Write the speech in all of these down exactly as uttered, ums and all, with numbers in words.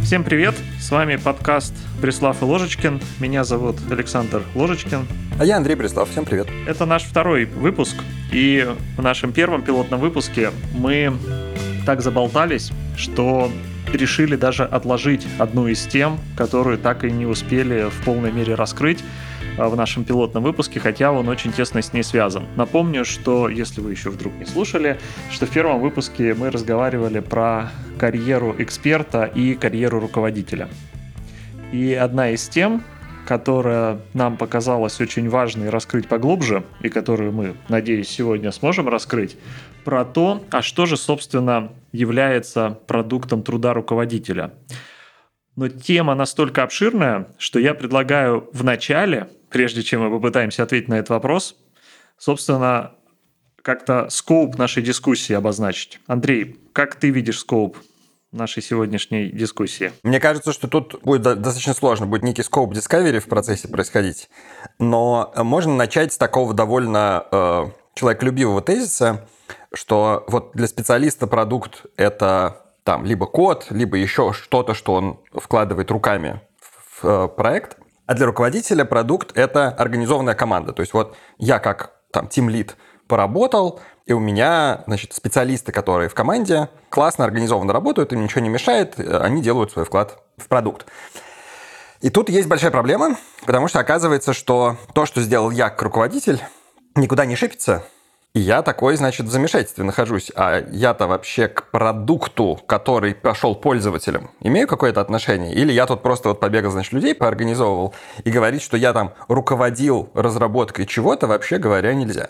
Всем привет! С вами подкаст «Преслав и Ложечкин». Меня зовут Александр Ложечкин. А я Андрей Преслав. Всем привет. Это наш второй выпуск. И в нашем первом пилотном выпуске мы так заболтались, что решили даже отложить одну из тем, которую так и не успели в полной мере раскрыть в нашем пилотном выпуске, хотя он очень тесно с ней связан. Напомню, что, если вы еще вдруг не слушали, что в первом выпуске мы разговаривали про карьеру эксперта и карьеру руководителя. И одна из тем, которая нам показалась очень важной раскрыть поглубже, и которую мы, надеюсь, сегодня сможем раскрыть, про то, а что же, собственно, является продуктом труда руководителя. Но тема настолько обширная, что я предлагаю в начале, прежде чем мы попытаемся ответить на этот вопрос, собственно, как-то скоуп нашей дискуссии обозначить. Андрей, как ты видишь скоуп нашей сегодняшней дискуссии? Мне кажется, что тут будет достаточно сложно, будет некий скоуп discovery в процессе происходить, но можно начать с такого довольно э, человеколюбивого тезиса, что вот для специалиста продукт – это там либо код, либо еще что-то, что он вкладывает руками в э, проект, а для руководителя продукт – это организованная команда. То есть вот я как там тимлид поработал, и у меня, значит, специалисты, которые в команде классно организованно работают, им ничего не мешает, они делают свой вклад в продукт. И тут есть большая проблема, потому что оказывается, что то, что сделал я как руководитель, никуда не шипится, и я такой, значит, в замешательстве нахожусь. А я-то вообще к продукту, который пошел пользователям, имею какое-то отношение? Или я тут просто вот побегал, значит, людей поорганизовывал, и говорить, что я там руководил разработкой чего-то, вообще говоря, нельзя.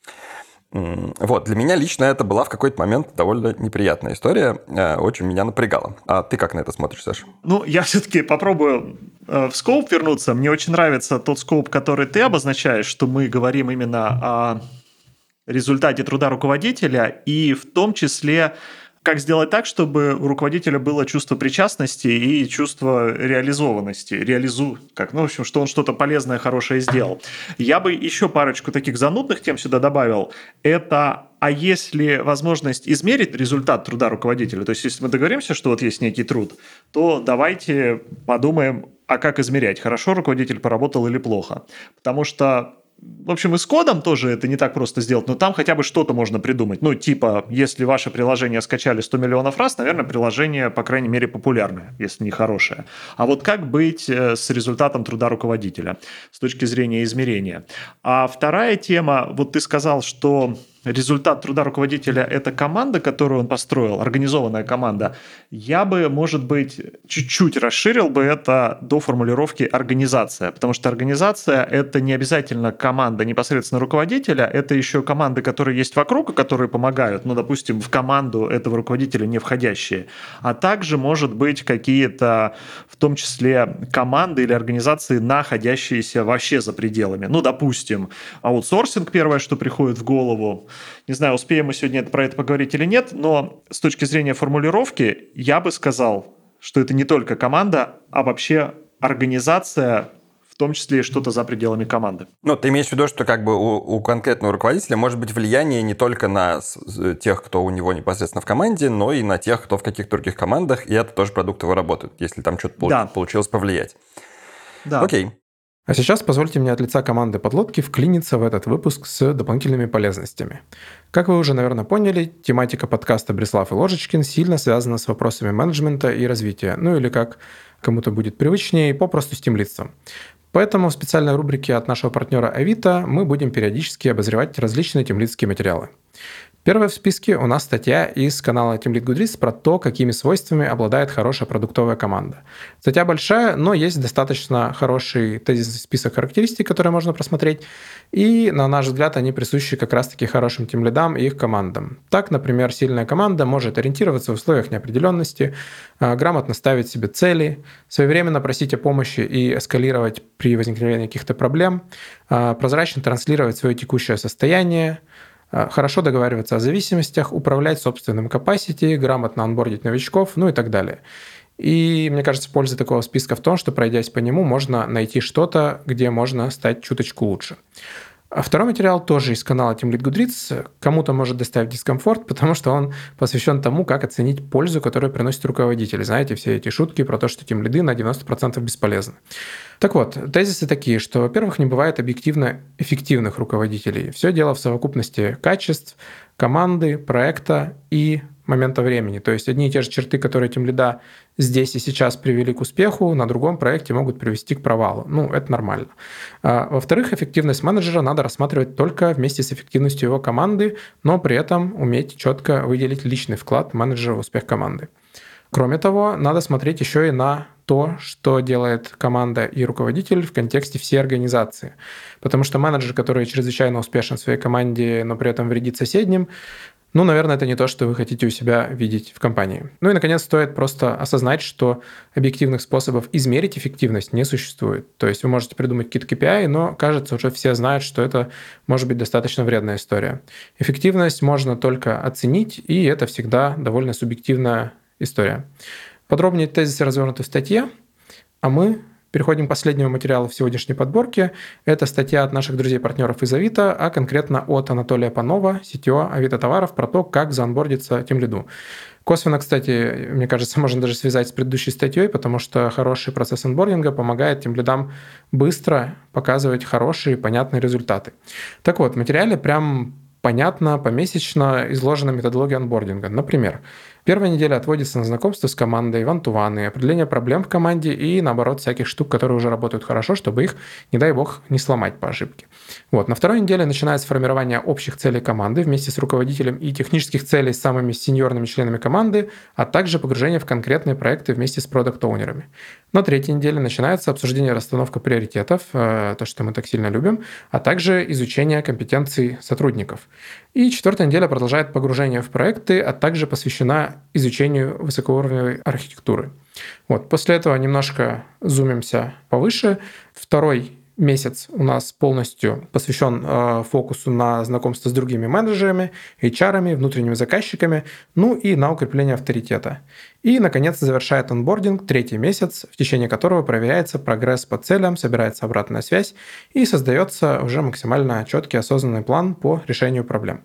Вот, для меня лично это была в какой-то момент довольно неприятная история, очень меня напрягала. А ты как на это смотришь, Саша? Ну, я все-таки попробую в скоуп вернуться. Мне очень нравится тот скоуп, который ты обозначаешь, что мы говорим именно о результате труда руководителя, и в том числе как сделать так, чтобы у руководителя было чувство причастности и чувство реализованности. Реализу... Как? Ну, в общем, что он что-то полезное, хорошее сделал. Я бы еще парочку таких занудных тем сюда добавил. Это, а есть ли возможность измерить результат труда руководителя? То есть, если мы договоримся, что вот есть некий труд, то давайте подумаем, а как измерять, хорошо руководитель поработал или плохо. Потому что в общем, и с кодом тоже это не так просто сделать, но там хотя бы что-то можно придумать. Ну, типа, если ваше приложение скачали сто миллионов раз, наверное, приложение, по крайней мере, популярное, если не хорошее. А вот как быть с результатом труда руководителя с точки зрения измерения? А вторая тема, вот ты сказал, что результат труда руководителя – это команда, которую он построил, организованная команда. Я бы, может быть, чуть-чуть расширил бы это до формулировки «организация», потому что организация – это не обязательно команда непосредственно руководителя, это еще команды, которые есть вокруг, и которые помогают, ну, допустим, в команду этого руководителя не входящие, а также, может быть, какие-то, в том числе, команды или организации, находящиеся вообще за пределами. Ну, допустим, аутсорсинг – первое, что приходит в голову. Не знаю, успеем мы сегодня про это поговорить или нет, но с точки зрения формулировки я бы сказал, что это не только команда, а вообще организация, в том числе и что-то за пределами команды. Ну, ты имеешь в виду, что как бы у, у конкретного руководителя может быть влияние не только на тех, кто у него непосредственно в команде, но и на тех, кто в каких-то других командах, и это тоже продукт его работает, если там что-то да. получилось повлиять. Да. Окей. А сейчас позвольте мне от лица команды Подлодки вклиниться в этот выпуск с дополнительными полезностями. Как вы уже, наверное, поняли, тематика подкаста «Преслав и Ложечкин» сильно связана с вопросами менеджмента и развития, ну или как кому-то будет привычнее, попросту с тимлидством. Поэтому в специальной рубрике от нашего партнера Авито мы будем периодически обозревать различные тимлидские материалы. Первая в списке у нас статья из канала Team Lead Goodreads про то, какими свойствами обладает хорошая продуктовая команда. Статья большая, но есть достаточно хороший тезисный список характеристик, которые можно просмотреть, и, на наш взгляд, они присущи как раз-таки хорошим тимлидам и их командам. Так, например, сильная команда может ориентироваться в условиях неопределенности, грамотно ставить себе цели, своевременно просить о помощи и эскалировать при возникновении каких-то проблем, прозрачно транслировать свое текущее состояние, хорошо договариваться о зависимостях, управлять собственным capacity, грамотно онбордить новичков, ну и так далее. И мне кажется, польза такого списка в том, что, пройдясь по нему, можно найти что-то, где можно стать чуточку лучше. А второй материал тоже из канала Team Lead Goodreads. Кому-то может доставить дискомфорт, потому что он посвящен тому, как оценить пользу, которую приносит руководитель. Знаете, все эти шутки про то, что тимлиды на девяносто процентов бесполезны. Так вот, тезисы такие, что, во-первых, не бывает объективно эффективных руководителей. Все дело в совокупности качеств, команды, проекта и момента времени. То есть одни и те же черты, которые тимлида здесь и сейчас привели к успеху, на другом проекте могут привести к провалу. Ну, это нормально. А, во-вторых, эффективность менеджера надо рассматривать только вместе с эффективностью его команды, но при этом уметь четко выделить личный вклад менеджера в успех команды. Кроме того, надо смотреть еще и на то, что делает команда и руководитель в контексте всей организации. Потому что менеджер, который чрезвычайно успешен в своей команде, но при этом вредит соседним, ну, наверное, это не то, что вы хотите у себя видеть в компании. Ну и, наконец, стоит просто осознать, что объективных способов измерить эффективность не существует. То есть вы можете придумать какие-то кей пи ай, но, кажется, уже все знают, что это может быть достаточно вредная история. Эффективность можно только оценить, и это всегда довольно субъективная история. Подробнее тезисы развернуты в статье, а мы переходим к последнему материалу в сегодняшней подборке. Это статья от наших друзей-партнеров из Авито, а конкретно от Анатолия Панова, си ти о Авито товаров, про то, как заонбордиться тимлиду. Косвенно, кстати, мне кажется, можно даже связать с предыдущей статьей, потому что хороший процесс онбординга помогает тимлидам быстро показывать хорошие, понятные результаты. Так вот, в материале прям понятно, помесячно изложена методология онбординга. Например, первая неделя отводится на знакомство с командой, ван-ту-ваны, определение проблем в команде и, наоборот, всяких штук, которые уже работают хорошо, чтобы их, не дай бог, не сломать по ошибке. Вот. На второй неделе начинается формирование общих целей команды вместе с руководителем и технических целей с самыми сеньорными членами команды, а также погружение в конкретные проекты вместе с продакт-оунерами. На третьей неделе начинается обсуждение расстановка приоритетов, то, что мы так сильно любим, а также изучение компетенций сотрудников. И четвертая неделя продолжает погружение в проекты, а также посвящена изучению высокоуровневой архитектуры. Вот. После этого немножко зумимся повыше. Второй месяц у нас полностью посвящен э, фокусу на знакомство с другими менеджерами, эйч ар-ами, внутренними заказчиками, ну и на укрепление авторитета. И, наконец, завершает онбординг третий месяц, в течение которого проверяется прогресс по целям, собирается обратная связь и создается уже максимально четкий осознанный план по решению проблем.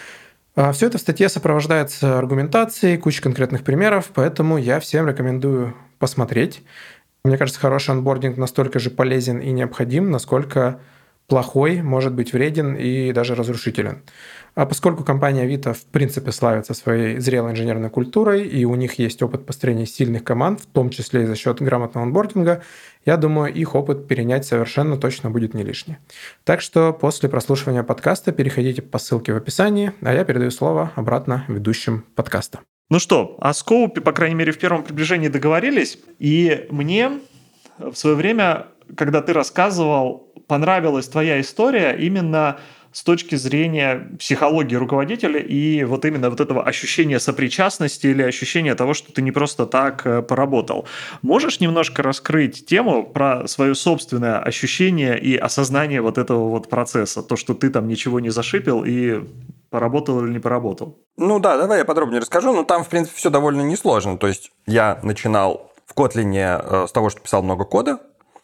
Все это в статье сопровождается аргументацией, кучей конкретных примеров, поэтому я всем рекомендую посмотреть. Мне кажется, хороший онбординг настолько же полезен и необходим, насколько плохой может быть вреден и даже разрушителен. А поскольку компания Авито в принципе славится своей зрелой инженерной культурой, и у них есть опыт построения сильных команд, в том числе и за счет грамотного онбординга, я думаю, их опыт перенять совершенно точно будет не лишний. Так что после прослушивания подкаста переходите по ссылке в описании, а я передаю слово обратно ведущим подкаста. Ну что, о скоупе, по крайней мере, в первом приближении договорились. И мне в свое время, когда ты рассказывал, понравилась твоя история именно с точки зрения психологии руководителя и вот именно вот этого ощущения сопричастности или ощущения того, что ты не просто так поработал. Можешь немножко раскрыть тему про свое собственное ощущение и осознание вот этого вот процесса? То, что ты там ничего не зашипел и поработал или не поработал? Ну да, давай я подробнее расскажу. Но там, в принципе, все довольно несложно. То есть я начинал в Kotlin с того, что писал много кода.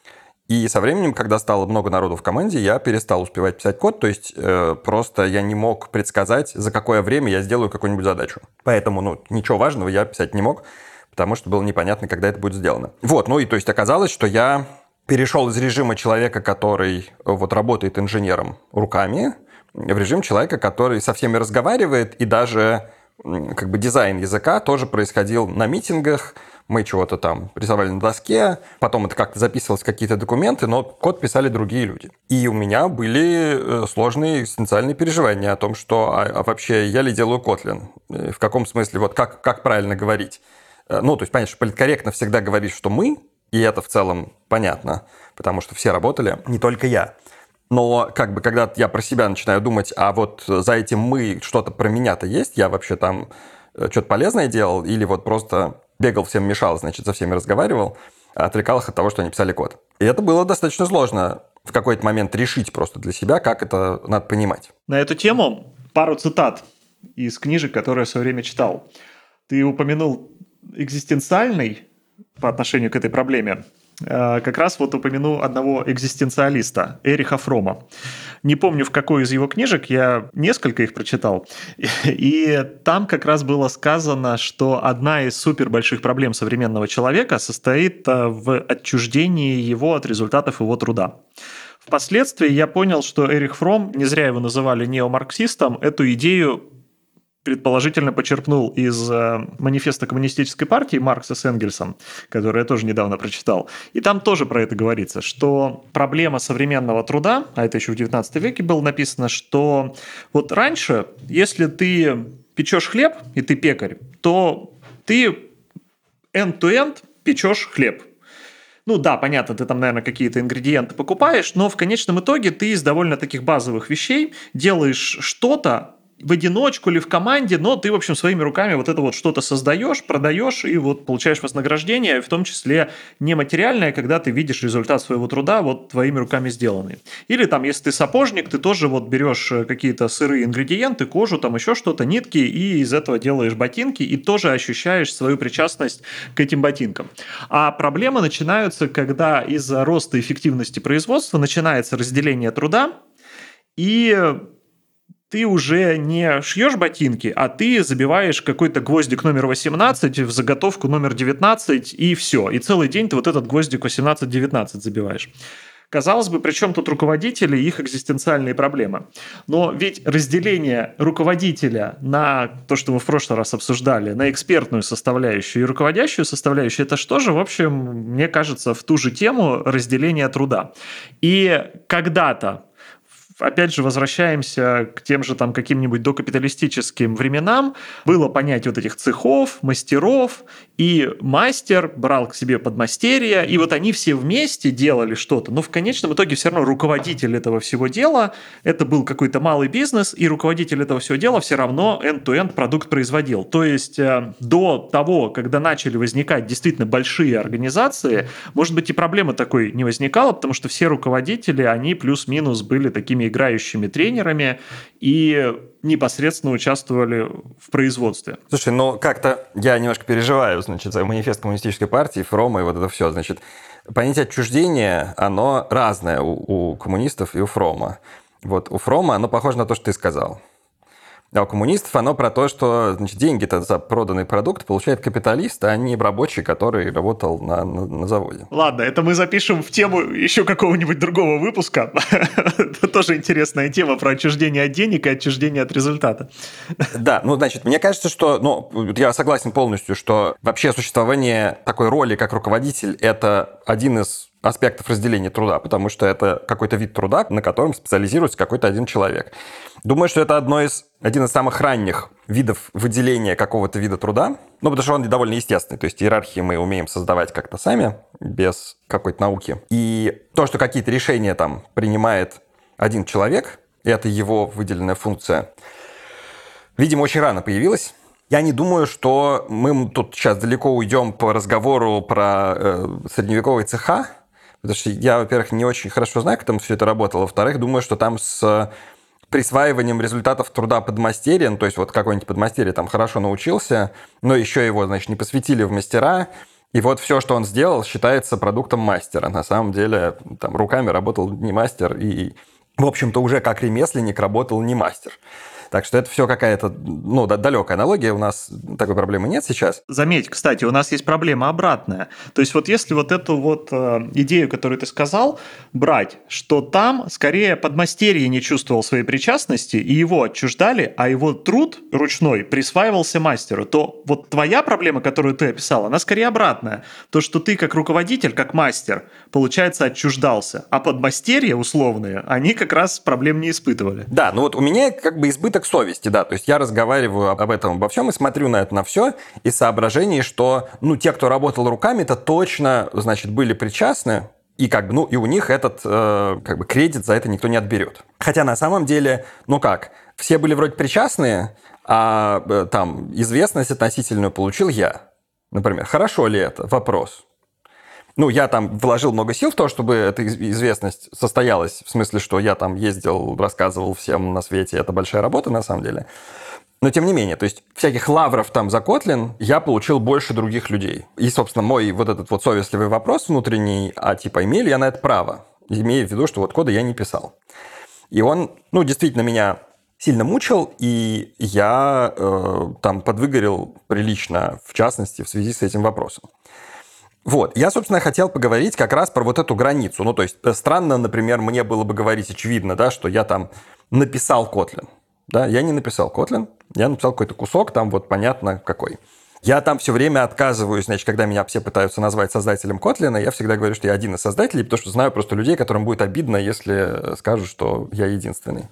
И со временем, когда стало много народу в команде, я перестал успевать писать код, то есть э, просто я не мог предсказать, за какое время я сделаю какую-нибудь задачу. Поэтому, ну, ничего важного я писать не мог, потому что было непонятно, когда это будет сделано. Вот, ну и то есть оказалось, что я перешел из режима человека, который вот работает инженером руками, в режим человека, который со всеми разговаривает, и даже как бы дизайн языка тоже происходил на митингах. Мы чего-то там рисовали на доске, потом это как-то записывалось в какие-то документы, но код писали другие люди. И у меня были сложные экзистенциальные переживания о том, что а, а вообще я ли делаю Kotlin? В каком смысле, вот как, как правильно говорить? Ну, то есть, понятно, что политкорректно всегда говорить, что мы, и это в целом понятно, потому что все работали, не только я. Но как бы когда я про себя начинаю думать, а вот за этим мы что-то про меня-то есть, я вообще там что-то полезное делал или вот просто бегал, всем мешал, значит, со всеми разговаривал, отвлекал их от того, что они писали код. И это было достаточно сложно в какой-то момент решить просто для себя, как это надо понимать. На эту тему пару цитат из книжек, которые я в свое время читал. Ты упомянул экзистенциальный по отношению к этой проблеме как раз вот упомяну одного экзистенциалиста, Эриха Фрома. Не помню, в какой из его книжек, я несколько их прочитал, и там как раз было сказано, что одна из супербольших проблем современного человека состоит в отчуждении его от результатов его труда. Впоследствии я понял, что Эрих Фром, не зря его называли неомарксистом, эту идею предположительно почерпнул из э, манифеста коммунистической партии Маркса с Энгельсом, который я тоже недавно прочитал. И там тоже про это говорится, что проблема современного труда, а это еще в девятнадцатом веке было написано, что вот раньше, если ты печешь хлеб, и ты пекарь, то ты end-to-end печешь хлеб. Ну да, понятно, ты там, наверное, какие-то ингредиенты покупаешь, но в конечном итоге ты из довольно таких базовых вещей делаешь что-то, в одиночку или в команде, но ты, в общем, своими руками вот это вот что-то создаешь, продаешь и вот получаешь вознаграждение, в том числе нематериальное, когда ты видишь результат своего труда вот твоими руками сделанный. Или там, если ты сапожник, ты тоже вот берешь какие-то сырые ингредиенты, кожу, там еще что-то, нитки, и из этого делаешь ботинки, и тоже ощущаешь свою причастность к этим ботинкам. А проблемы начинаются, когда из-за роста эффективности производства начинается разделение труда, и ты уже не шьешь ботинки, а ты забиваешь какой-то гвоздик номер восемнадцать в заготовку номер девятнадцать, и все. И целый день ты вот этот гвоздик восемнадцать девятнадцать забиваешь. Казалось бы, при чем тут руководители и их экзистенциальные проблемы? Но ведь разделение руководителя на то, что мы в прошлый раз обсуждали, на экспертную составляющую и руководящую составляющую, это что же, в общем, мне кажется, в ту же тему разделения труда. И когда-то, опять же, возвращаемся к тем же там каким-нибудь докапиталистическим временам. Было понятие вот этих цехов, мастеров, и мастер брал к себе подмастерья, и вот они все вместе делали что-то. Но в конечном итоге все равно руководитель этого всего дела, это был какой-то малый бизнес, и руководитель этого всего дела все равно end-to-end продукт производил. То есть э, до того, когда начали возникать действительно большие организации, может быть, и проблемы такой не возникало, потому что все руководители, они плюс-минус были такими играющими тренерами и непосредственно участвовали в производстве. Слушай, ну как-то я немножко переживаю, значит, за манифест коммунистической партии, Фрома и вот это все. Значит, понятие отчуждения, оно разное у, у коммунистов и у Фрома. Вот у Фрома оно похоже на то, что ты сказал. А у коммунистов оно про то, что, значит, деньги-то за проданный продукт получает капиталист, а не рабочий, который работал на, на, на заводе. Ладно, это мы запишем в тему еще какого-нибудь другого выпуска. Это тоже интересная тема про отчуждение от денег и отчуждение от результата. Да, ну, значит, мне кажется, что, ну, я согласен полностью, что вообще существование такой роли, как руководитель, это один из аспектов разделения труда, потому что это какой-то вид труда, на котором специализируется какой-то один человек. Думаю, что это одно из, один из самых ранних видов выделения какого-то вида труда, ну, потому что он довольно естественный, то есть иерархии мы умеем создавать как-то сами, без какой-то науки. И то, что какие-то решения там принимает один человек, это его выделенная функция, видимо, очень рано появилась. Я не думаю, что мы тут сейчас далеко уйдем по разговору про э, средневековые цеха, потому что я, во-первых, не очень хорошо знаю, как там все это работало. Во-вторых, думаю, что там с присваиванием результатов труда подмастерья, ну, то есть вот какой-нибудь подмастерье там хорошо научился, но еще его, значит, не посвятили в мастера, и вот все, что он сделал, считается продуктом мастера. На самом деле там руками работал не мастер, и, в общем-то, уже как ремесленник работал не мастер. Так что это все какая-то, ну, далекая аналогия. У нас такой проблемы нет сейчас. Заметь, кстати, у нас есть проблема обратная. То есть вот если вот эту вот э, идею, которую ты сказал, брать, что там скорее подмастерье не чувствовал своей причастности, и его отчуждали, а его труд ручной присваивался мастеру, то вот твоя проблема, которую ты описал, она скорее обратная. То, что ты как руководитель, как мастер, получается, отчуждался, а подмастерья условные, они как раз проблем не испытывали. Да, ну вот у меня как бы избыток совести, да, то есть я разговариваю об этом, обо всем и смотрю на это, на все, из соображений, что, ну, те, кто работал руками-то точно, значит, были причастны, и как бы, ну, и у них этот, э, как бы, кредит за это никто не отберет. Хотя на самом деле, ну как, все были вроде причастные, а э, там известность относительную получил я, например. Хорошо ли это? Вопрос. Ну, я там вложил много сил в то, чтобы эта известность состоялась, в смысле, что я там ездил, рассказывал всем на свете, это большая работа на самом деле. Но тем не менее, то есть всяких лавров там за Kotlin я получил больше других людей. И, собственно, мой вот этот вот совестливый вопрос внутренний, а типа, имею ли я на это право? Имея в виду, что вот кода я не писал. И он, ну, действительно меня сильно мучил, и я э, там подвыгорел прилично, в частности, в связи с этим вопросом. Вот, я, собственно, хотел поговорить как раз про вот эту границу. Ну, то есть странно, например, мне было бы говорить, очевидно, да, что я там написал Kotlin. Да, я не написал Kotlin, я написал какой-то кусок, там вот понятно какой. Я там все время отказываюсь, значит, когда меня все пытаются назвать создателем Kotlin, я всегда говорю, что я один из создателей, потому что знаю просто людей, которым будет обидно, если скажут, что я единственный.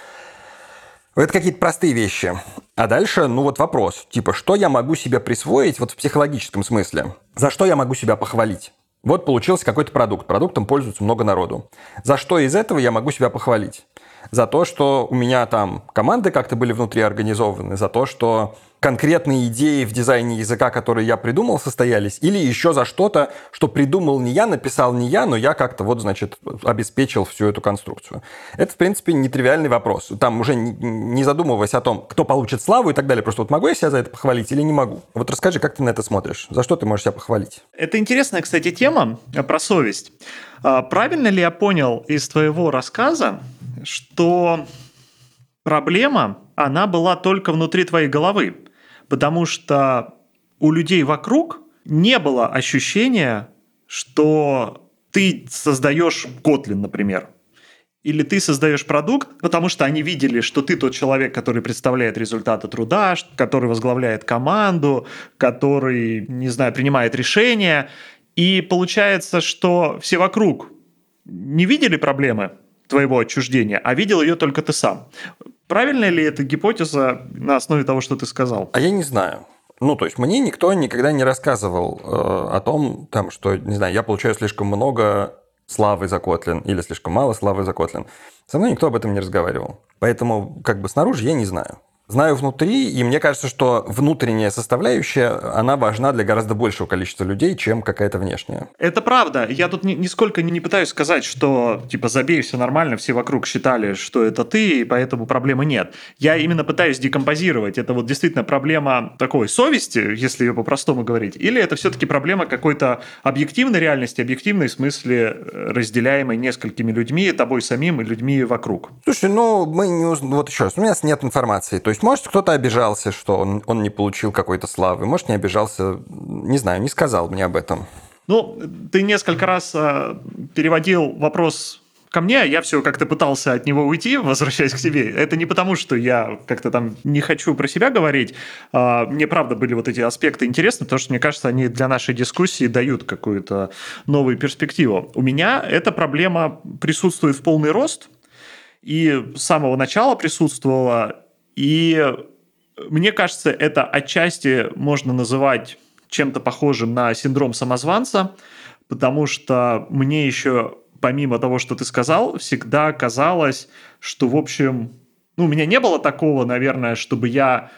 Это какие-то простые вещи. А дальше, ну вот вопрос, типа, что я могу себе присвоить вот в психологическом смысле? За что я могу себя похвалить? Вот получился какой-то продукт, продуктом пользуется много народу. За что из этого я могу себя похвалить? За то, что у меня там команды как-то были внутри организованы, за то, что конкретные идеи в дизайне языка, которые я придумал, состоялись, или еще за что-то, что придумал не я, написал не я, но я как-то вот, значит, обеспечил всю эту конструкцию. Это, в принципе, нетривиальный вопрос. Там уже не задумываясь о том, кто получит славу и так далее, просто вот могу я себя за это похвалить или не могу? Вот расскажи, как ты на это смотришь? За что ты можешь себя похвалить? Это интересная, кстати, тема про совесть. Правильно ли я понял из твоего рассказа, что проблема, она была только внутри твоей головы, потому что у людей вокруг не было ощущения, что ты создаешь Kotlin, например, или ты создаешь продукт, потому что они видели, что ты тот человек, который представляет результаты труда, который возглавляет команду, который, не знаю, принимает решения, и получается, что все вокруг не видели проблемы твоего отчуждения, а видел ее только ты сам. Правильная ли эта гипотеза на основе того, что ты сказал? А я не знаю. Ну, то есть мне никто никогда не рассказывал э, о том, там, что, не знаю, я получаю слишком много славы за Kotlin или слишком мало славы за Kotlin. Со мной никто об этом не разговаривал. Поэтому как бы снаружи я не знаю. Знаю внутри, и мне кажется, что внутренняя составляющая, она важна для гораздо большего количества людей, чем какая-то внешняя. Это правда. Я тут ни, нисколько не пытаюсь сказать, что типа забей, все нормально, все вокруг считали, что это ты, и поэтому проблемы нет. Я именно пытаюсь декомпозировать. Это вот действительно проблема такой совести, если ее по-простому говорить, или это все-таки проблема какой-то объективной реальности, объективной в смысле разделяемой несколькими людьми, тобой самим и людьми вокруг. Слушай, ну мы не уз... вот еще раз, у меня нет информации. То есть может, кто-то обижался, что он, он не получил какой-то славы. Может, не обижался, не знаю, не сказал мне об этом. Ну, ты несколько раз э, переводил вопрос ко мне, я все как-то пытался от него уйти, возвращаясь к тебе. Это не потому, что я как-то там не хочу про себя говорить. А, мне, правда, были вот эти аспекты интересны, потому что, мне кажется, они для нашей дискуссии дают какую-то новую перспективу. У меня эта проблема присутствует в полный рост, и с самого начала присутствовала. И мне кажется, это отчасти можно называть чем-то похожим на синдром самозванца, потому что мне еще, помимо того, что ты сказал, всегда казалось, что, в общем, ну, у меня не было такого, наверное, чтобы я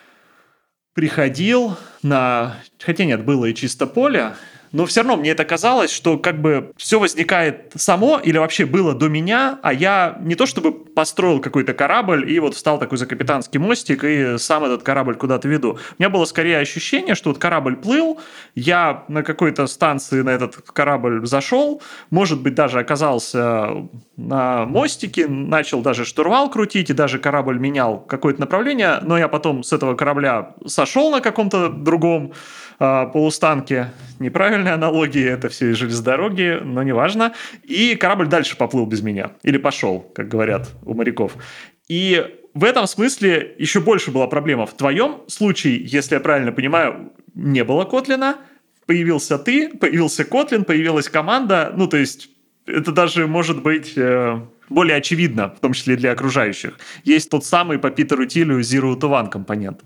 приходил на... Хотя нет, было и чисто поле, но все равно мне это казалось, что как бы все возникает само или вообще было до меня, а я не то чтобы построил какой-то корабль и вот встал такой за капитанский мостик и сам этот корабль куда-то веду. У меня было скорее ощущение, что вот корабль плыл, я на какой-то станции на этот корабль зашел, может быть, даже оказался на мостике, начал даже штурвал крутить и даже корабль менял какое-то направление, но я потом с этого корабля сошел на каком-то другом э, полустанке. Неправильная аналогия, это все железнодороги, но неважно. И корабль дальше поплыл без меня. Или пошел, как говорят у моряков. И в этом смысле еще больше была проблема. В твоем случае, если я правильно понимаю, не было Котлина, появился ты, появился Kotlin, появилась команда. Ну, то есть это даже может быть э, более очевидно, в том числе для окружающих. Есть тот самый по Питеру Тилю Zero to One компонент.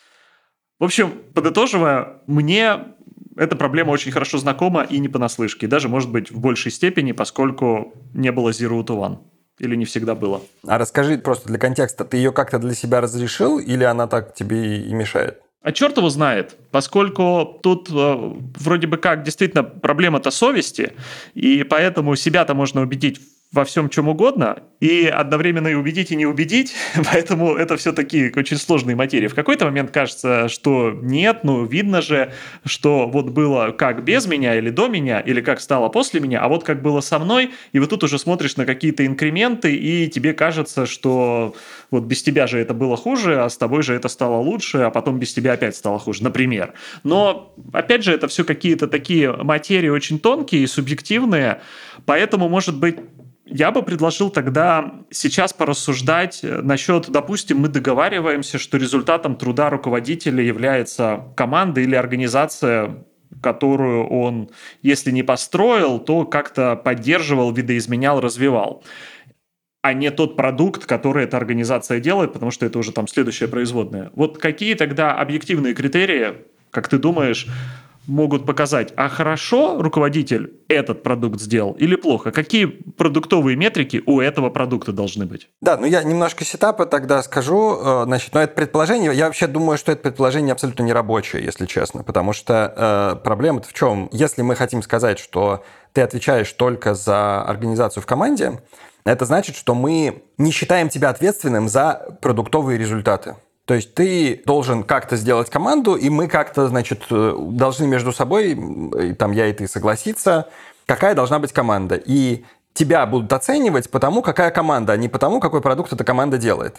В общем, подытоживая, мне эта проблема очень хорошо знакома и не понаслышке. Даже, может быть, в большей степени, поскольку не было Zero to One. Или не всегда было. А расскажи просто для контекста, ты ее как-то для себя разрешил или она так тебе и мешает? А черт его знает, поскольку тут э, вроде бы как действительно проблема-то совести, и поэтому себя-то можно убедить во всем чем угодно, и одновременно и убедить, и не убедить, поэтому это все такие очень сложные материи. В какой-то момент кажется, что нет, ну, видно же, что вот было как без меня или до меня, или как стало после меня, а вот как было со мной, и вот тут уже смотришь на какие-то инкременты, и тебе кажется, что вот без тебя же это было хуже, а с тобой же это стало лучше, а потом без тебя опять стало хуже, например. Но, опять же, это все какие-то такие материи очень тонкие и субъективные, поэтому, может быть, я бы предложил тогда сейчас порассуждать насчет, допустим, мы договариваемся, что результатом труда руководителя является команда или организация, которую он, если не построил, то как-то поддерживал, видоизменял, развивал, а не тот продукт, который эта организация делает, потому что это уже там следующее производное. Вот какие тогда объективные критерии, как ты думаешь, могут показать, а хорошо руководитель этот продукт сделал или плохо? Какие продуктовые метрики у этого продукта должны быть? Да, ну я немножко сетапа тогда скажу. Значит, но это предположение, я вообще думаю, что это предположение абсолютно не рабочее, если честно, потому что э, проблема-то в чем? Если мы хотим сказать, что ты отвечаешь только за организацию в команде, это значит, что мы не считаем тебя ответственным за продуктовые результаты. То есть ты должен как-то сделать команду, и мы как-то, значит, должны между собой, там я и ты, согласиться, какая должна быть команда. И тебя будут оценивать по тому, какая команда, а не по тому, какой продукт эта команда делает.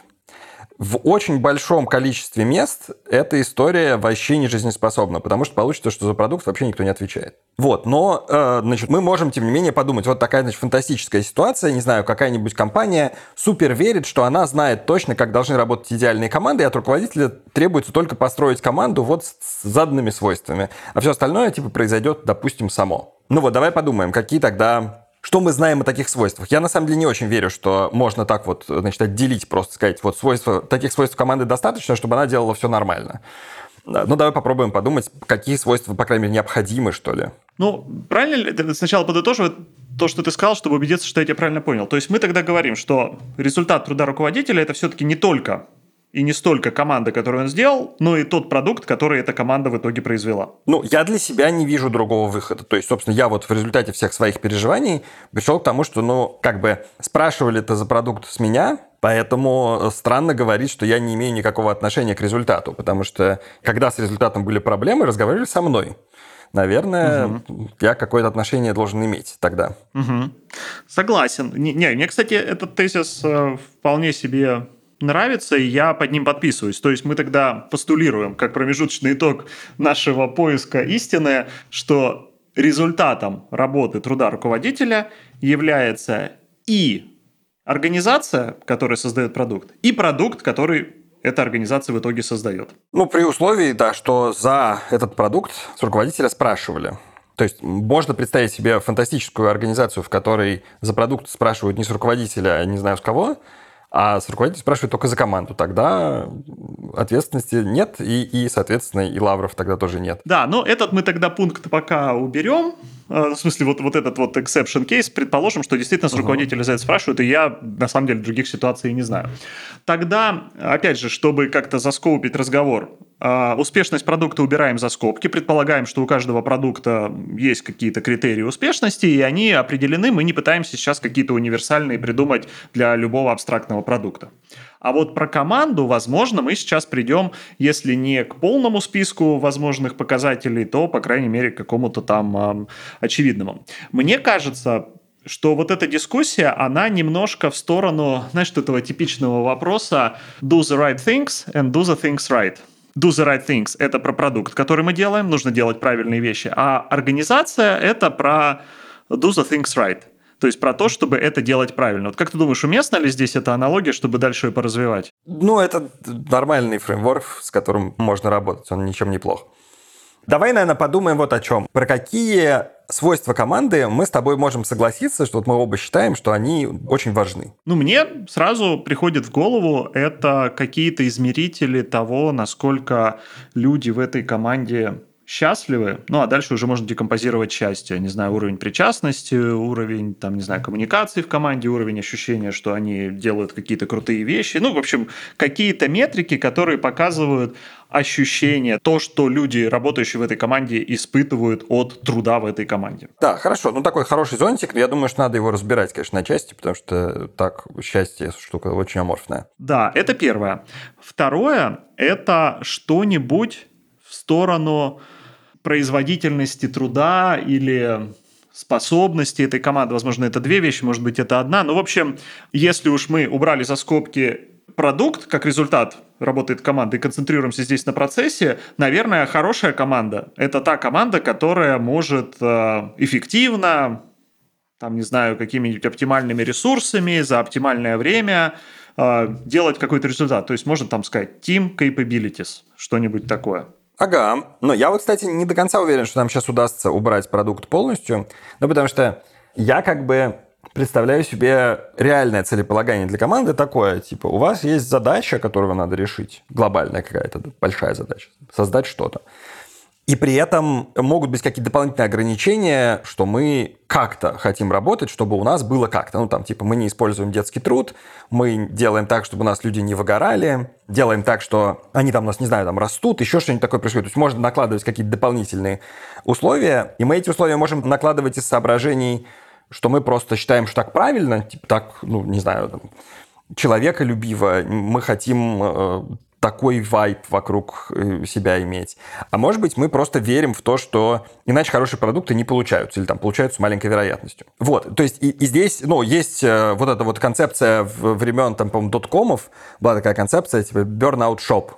В очень большом количестве мест эта история вообще не жизнеспособна, потому что получится, что за продукт вообще никто не отвечает. Вот, но э, значит, мы можем, тем не менее, подумать, вот такая, значит, фантастическая ситуация, не знаю, какая-нибудь компания супер верит, что она знает точно, как должны работать идеальные команды, и от руководителя требуется только построить команду вот с заданными свойствами, а все остальное, типа, произойдет, допустим, само. Ну вот, давай подумаем, какие тогда... Что мы знаем о таких свойствах? Я, на самом деле, не очень верю, что можно так вот, значит, отделить, просто сказать, вот свойства, таких свойств команды достаточно, чтобы она делала все нормально. Ну, давай попробуем подумать, какие свойства, по крайней мере, необходимы, что ли. Ну, правильно ли, сначала подытоживать то, что ты сказал, чтобы убедиться, что я тебя правильно понял. То есть мы тогда говорим, что результат труда руководителя – это все-таки не только и не столько команда, которую он сделал, но и тот продукт, который эта команда в итоге произвела. Ну, я для себя не вижу другого выхода. То есть, собственно, я вот в результате всех своих переживаний пришел к тому, что, ну, как бы спрашивали-то за продукт с меня, поэтому странно говорить, что я не имею никакого отношения к результату, потому что когда с результатом были проблемы, разговаривали со мной. Наверное, угу. я какое-то отношение должен иметь тогда. Угу. Согласен. Не, не, мне, кстати, этот тезис э, вполне себе... нравится, и я под ним подписываюсь. То есть мы тогда постулируем, как промежуточный итог нашего поиска истины, что результатом работы труда руководителя является и организация, которая создает продукт, и продукт, который эта организация в итоге создает. Ну, при условии, да, что за этот продукт с руководителя спрашивали. То есть можно представить себе фантастическую организацию, в которой за продукт спрашивают не с руководителя, а не знаю с кого, а с руководителя спрашивают только за команду. Тогда ответственности нет, и, и, соответственно, и лавров тогда тоже нет. Да, но этот мы тогда пункт пока уберем. В смысле, вот, вот этот вот exception case, предположим, что действительно с руководителя за это спрашивают, и я, на самом деле, других ситуаций не знаю. Тогда, опять же, чтобы как-то заскоупить разговор, успешность продукта убираем за скобки, предполагаем, что у каждого продукта есть какие-то критерии успешности, и они определены, мы не пытаемся сейчас какие-то универсальные придумать для любого абстрактного продукта. А вот про команду, возможно, мы сейчас придем, если не к полному списку возможных показателей, то, по крайней мере, к какому-то там э, очевидному. Мне кажется, что вот эта дискуссия, она немножко в сторону, знаешь, этого типичного вопроса do the right things and do the things right. Do the right things – это про продукт, который мы делаем, нужно делать правильные вещи, а организация – это про do the things right. То есть про то, чтобы это делать правильно. Вот как ты думаешь, уместна ли здесь эта аналогия, чтобы дальше ее поразвивать? Ну, это нормальный фреймворк, с которым можно работать, он ничем не плох. Давай, наверное, подумаем вот о чем. Про какие свойства команды мы с тобой можем согласиться, что вот мы оба считаем, что они очень важны. Ну, мне сразу приходит в голову, это какие-то измерители того, насколько люди в этой команде счастливы, ну, а дальше уже можно декомпозировать счастье. Не знаю, уровень причастности, уровень, там, не знаю, коммуникации в команде, уровень ощущения, что они делают какие-то крутые вещи. Ну, в общем, какие-то метрики, которые показывают ощущение, то, что люди, работающие в этой команде, испытывают от труда в этой команде. Да, хорошо. Ну, такой хороший зонтик, но я думаю, что надо его разбирать, конечно, на части, потому что так счастье штука очень аморфная. Да, это первое. Второе – это что-нибудь в сторону производительности труда или способности этой команды. Возможно, это две вещи, может быть, это одна. Но, в общем, если уж мы убрали за скобки продукт, как результат работает команда, и концентрируемся здесь на процессе, наверное, хорошая команда – это та команда, которая может эффективно, там, не знаю, какими-нибудь оптимальными ресурсами за оптимальное время делать какой-то результат. То есть можно там сказать team capabilities, что-нибудь такое. Ага. Но я вот, кстати, не до конца уверен, что нам сейчас удастся убрать продукт полностью. Ну, потому что я как бы представляю себе реальное целеполагание для команды такое. Типа, у вас есть задача, которую надо решить. Глобальная какая-то большая задача. Создать что-то. И при этом могут быть какие-то дополнительные ограничения, что мы как-то хотим работать, чтобы у нас было как-то. Ну, там, типа, мы не используем детский труд, мы делаем так, чтобы у нас люди не выгорали, делаем так, что они там у нас, не знаю, там растут, еще что-нибудь такое происходит. То есть можно накладывать какие-то дополнительные условия, и мы эти условия можем накладывать из соображений, что мы просто считаем, что так правильно, типа так, ну, не знаю, там, человеколюбиво, мы хотим э, такой вайб вокруг себя иметь. А может быть, мы просто верим в то, что иначе хорошие продукты не получаются, или там получаются с маленькой вероятностью. Вот, то есть и, и здесь, ну, есть э, вот эта вот концепция времен, там, по-моему, доткомов, была такая концепция, типа burnout shop.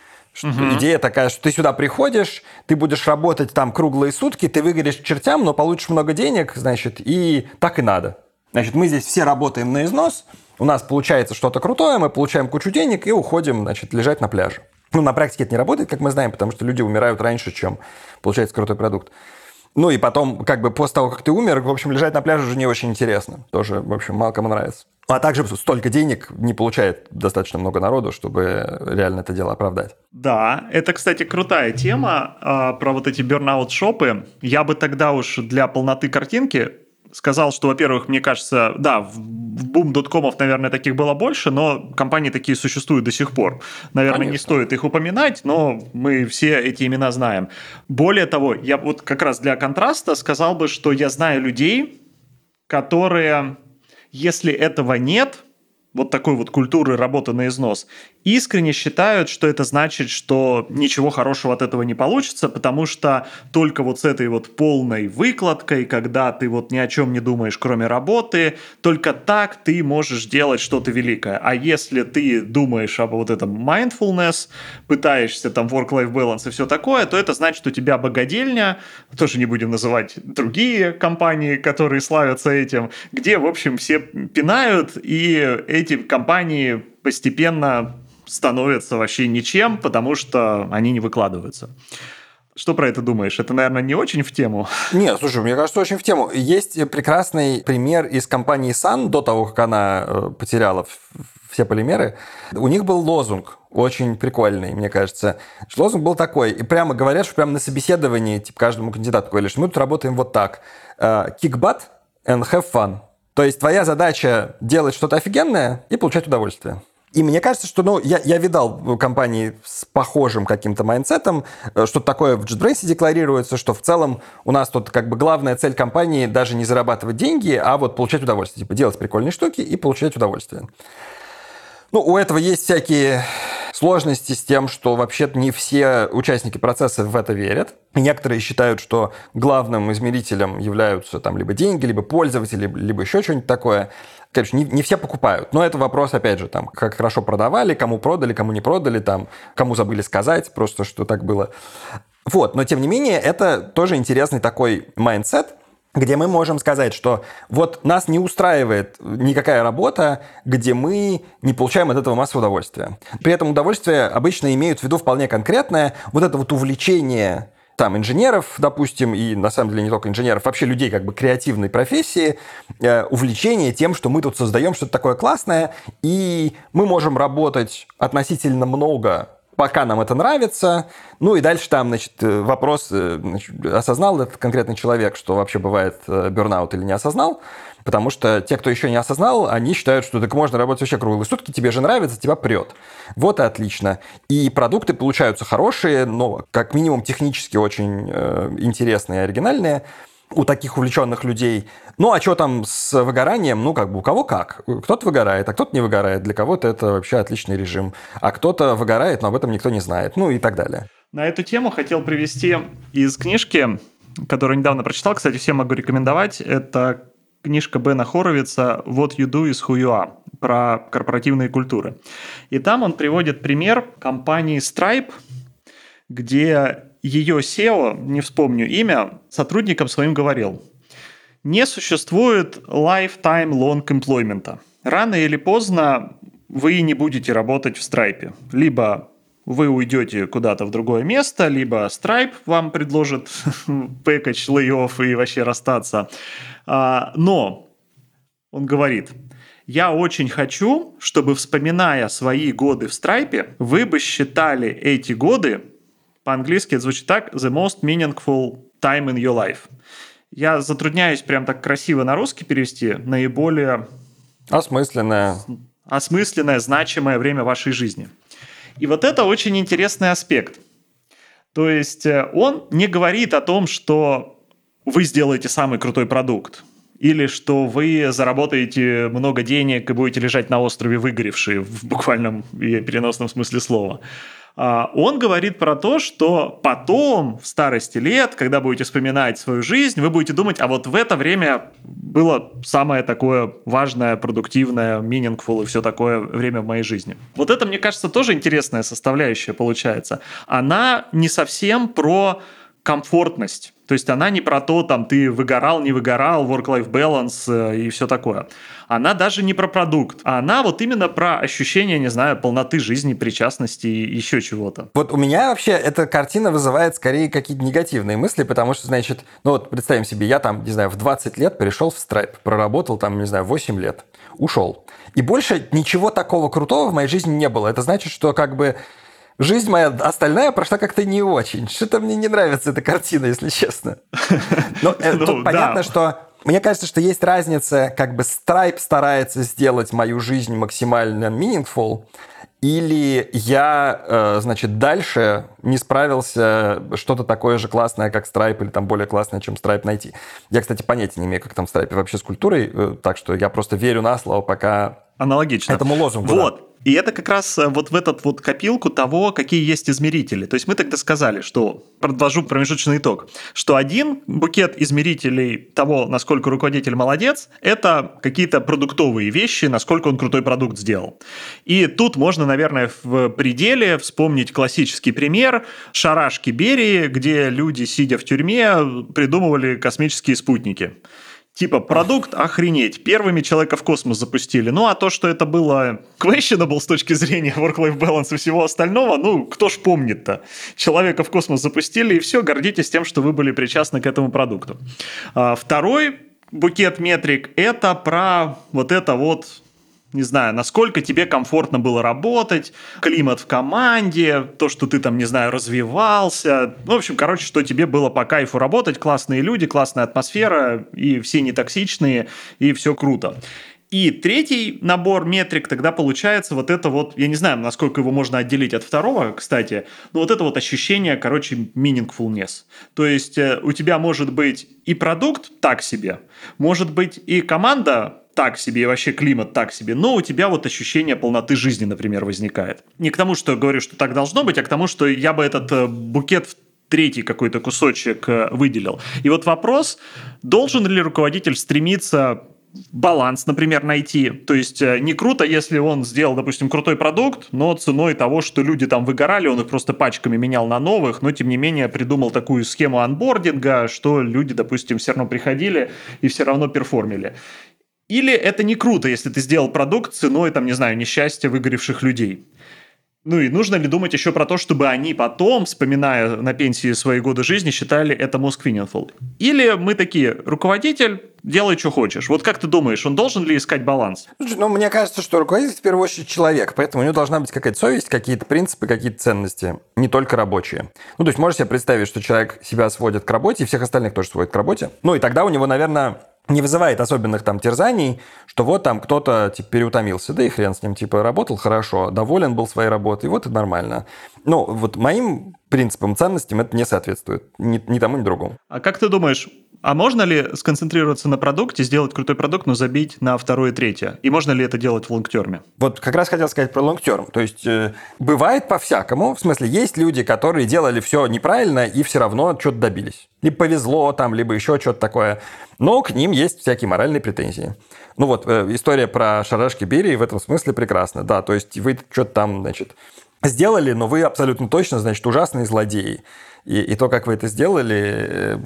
Угу. Идея такая, что ты сюда приходишь, ты будешь работать там круглые сутки, ты выгоришь к чертям, но получишь много денег, значит, и так и надо. Значит, мы здесь все работаем на износ, у нас получается что-то крутое, мы получаем кучу денег и уходим, значит, лежать на пляже. Ну, на практике это не работает, как мы знаем, потому что люди умирают раньше, чем получается крутой продукт. Ну, и потом, как бы, после того, как ты умер, в общем, лежать на пляже уже не очень интересно. Тоже, в общем, мало кому нравится. А также столько денег не получает достаточно много народу, чтобы реально это дело оправдать. Да, это, кстати, крутая тема э, про вот эти burnout-шопы. Я бы тогда уж для полноты картинки сказал, что, во-первых, мне кажется, да, в бум доткомов, наверное, таких было больше, но компании такие существуют до сих пор. Наверное, Конечно. Не стоит их упоминать, но мы все эти имена знаем. Более того, я вот как раз для контраста сказал бы, что я знаю людей, которые, если этого нет, вот такой вот культуры работы на износ, искренне считают, что это значит, что ничего хорошего от этого не получится, потому что только вот с этой вот полной выкладкой, когда ты вот ни о чем не думаешь, кроме работы, только так ты можешь делать что-то великое. А если ты думаешь об вот этом mindfulness, пытаешься там work-life balance и все такое, то это значит, у тебя богадельня, тоже не будем называть другие компании, которые славятся этим, где, в общем, все пинают, и эти компании постепенно становятся вообще ничем, потому что они не выкладываются. Что про это думаешь? Это, наверное, не очень в тему? Нет, слушай, мне кажется, очень в тему. Есть прекрасный пример из компании Sun, до того, как она потеряла все полимеры. У них был лозунг, очень прикольный, мне кажется. Лозунг был такой, и прямо говорят, что прямо на собеседовании типа, каждому кандидату говорили, что мы тут работаем вот так. Kick butt and have fun. То есть твоя задача делать что-то офигенное и получать удовольствие. И мне кажется, что ну, я, я видал компании с похожим каким-то майндсетом, что-то такое в JetBrains декларируется, что в целом у нас тут как бы главная цель компании даже не зарабатывать деньги, а вот получать удовольствие. Типа делать прикольные штуки и получать удовольствие. Ну, у этого есть всякие сложности с тем, что вообще-то не все участники процесса в это верят. И некоторые считают, что главным измерителем являются там либо деньги, либо пользователи, либо еще что-нибудь такое. Конечно, не, не все покупают. Но это вопрос, опять же, там, как хорошо продавали, кому продали, кому не продали, там, кому забыли сказать, просто что так было. Вот, но тем не менее, это тоже интересный такой майндсет, где мы можем сказать, что вот нас не устраивает никакая работа, где мы не получаем от этого массу удовольствия. При этом удовольствие обычно имеют в виду вполне конкретное вот это вот увлечение там инженеров, допустим, и на самом деле не только инженеров, вообще людей как бы креативной профессии, э, увлечение тем, что мы тут создаем что-то такое классное, и мы можем работать относительно много пока нам это нравится. Ну и дальше там, значит, вопрос, значит, осознал этот конкретный человек, что вообще бывает бёрнаут или не осознал. Потому что те, кто еще не осознал, они считают, что так можно работать вообще круглые сутки, тебе же нравится, тебя прет. Вот и отлично. И продукты получаются хорошие, но как минимум технически очень э, интересные и оригинальные у таких увлеченных людей. Ну, а что там с выгоранием? Ну, как бы у кого как. Кто-то выгорает, а кто-то не выгорает. Для кого-то это вообще отличный режим. А кто-то выгорает, но об этом никто не знает. Ну, и так далее. На эту тему хотел привести из книжки, которую недавно прочитал. Кстати, всем могу рекомендовать. Это книжка Бена Хоровица «What you do is who you are» про корпоративные культуры. И там он приводит пример компании Stripe, где ее сео, не вспомню имя, сотрудникам своим говорил: не существует lifetime long employment. Рано или поздно вы не будете работать в Stripe. Либо вы уйдете куда-то в другое место, либо Stripe вам предложит пэкэдж, лей-офф и вообще расстаться. Но он говорит: я очень хочу, чтобы, вспоминая свои годы в Stripe, вы бы считали эти годы, по-английски это звучит так, the most meaningful time in your life. Я затрудняюсь прям так красиво на русский перевести, наиболее осмысленное, осмысленное, значимое время вашей жизни. И вот это очень интересный аспект. То есть он не говорит о том, что вы сделаете самый крутой продукт, или что вы заработаете много денег и будете лежать на острове выгоревшие в буквальном и переносном смысле слова. Он говорит про то, что потом, в старости лет, когда будете вспоминать свою жизнь, вы будете думать, а вот в это время было самое такое важное, продуктивное, meaningful и все такое время в моей жизни. Вот это, мне кажется, тоже интересная составляющая получается. Она не совсем про комфортность. То есть она не про то, там, ты выгорал, не выгорал, work-life balance и все такое. Она даже не про продукт. А она вот именно про ощущение, не знаю, полноты жизни, причастности и еще чего-то. Вот у меня вообще эта картина вызывает скорее какие-то негативные мысли, потому что, значит, ну вот представим себе, я там, не знаю, в двадцать лет перешел в Stripe, проработал там, не знаю, восемь лет, ушел. И больше ничего такого крутого в моей жизни не было. Это значит, что как бы жизнь моя остальная прошла как-то не очень. Что-то мне не нравится эта картина, если честно. Но тут понятно, что... Мне кажется, что есть разница, как бы Stripe старается сделать мою жизнь максимально meaningful, или я, значит, дальше не справился что-то такое же классное, как Stripe, или там более классное, чем Stripe найти. Я, кстати, понятия не имею, как там в Stripe вообще с культурой, так что я просто верю на слово, пока... Аналогично. Этому лозунгу. Вот. Да. И это как раз вот в этот вот копилку того, какие есть измерители. То есть мы тогда сказали, что, подвожу промежуточный итог, что один букет измерителей того, насколько руководитель молодец, это какие-то продуктовые вещи, насколько он крутой продукт сделал. И тут можно, наверное, в пределе вспомнить классический пример шарашки Берии, где люди, сидя в тюрьме, придумывали космические спутники. Типа, продукт охренеть. Первыми человека в космос запустили. Ну, а то, что это было questionable с точки зрения work-life balance и всего остального, ну, кто ж помнит-то? Человека в космос запустили, и все, гордитесь тем, что вы были причастны к этому продукту. А второй букет метрик – это про вот это вот... Не знаю, насколько тебе комфортно было работать, климат в команде, то, что ты там, не знаю, развивался. Ну, в общем, короче, что тебе было по кайфу работать, классные люди, классная атмосфера, и все не токсичные, и все круто. И третий набор метрик тогда получается вот это вот, я не знаю, насколько его можно отделить от второго, кстати, но вот это вот ощущение, короче, meaningfulness. То есть у тебя может быть и продукт так себе, может быть и команда так себе, и вообще климат так себе, но у тебя вот ощущение полноты жизни, например, возникает. Не к тому, что я говорю, что так должно быть, а к тому, что я бы этот букет в третий какой-то кусочек выделил. И вот вопрос, должен ли руководитель стремиться баланс, например, найти. То есть не круто, если он сделал, допустим, крутой продукт, но ценой того, что люди там выгорали, он их просто пачками менял на новых, но тем не менее придумал такую схему анбординга, что люди, допустим, все равно приходили и все равно перформили. Или это не круто, если ты сделал продукт ценой, там, не знаю, несчастья выгоревших людей. Ну и нужно ли думать еще про то, чтобы они потом, вспоминая на пенсии свои годы жизни, считали это most meaningful? Или мы такие, руководитель, делай, что хочешь. Вот как ты думаешь, он должен ли искать баланс? Ну, мне кажется, что руководитель в первую очередь человек, поэтому у него должна быть какая-то совесть, какие-то принципы, какие-то ценности, не только рабочие. Ну, то есть можешь себе представить, что человек себя сводит к работе, и всех остальных тоже сводит к работе. Ну, и тогда у него, наверное, не вызывает особенных там терзаний, что вот там кто-то типа переутомился, да и хрен с ним, типа работал хорошо, доволен был своей работой, вот и нормально. Ну, вот моим принципам, ценностям это не соответствует, ни, ни тому, ни другому. А как ты думаешь, а можно ли сконцентрироваться на продукте, сделать крутой продукт, но забить на второе и третье? И можно ли это делать в лонгтерме? Вот как раз хотел сказать про лонгтерм. То есть э, бывает по-всякому. В смысле, есть люди, которые делали все неправильно и все равно что-то добились. Либо повезло там, либо еще что-то такое. Но к ним есть всякие моральные претензии. Ну вот, э, история про шарашки Берии в этом смысле прекрасна. Да, то есть вы что-то там, значит, сделали, но вы абсолютно точно, значит, ужасные злодеи. И, и то, как вы это сделали,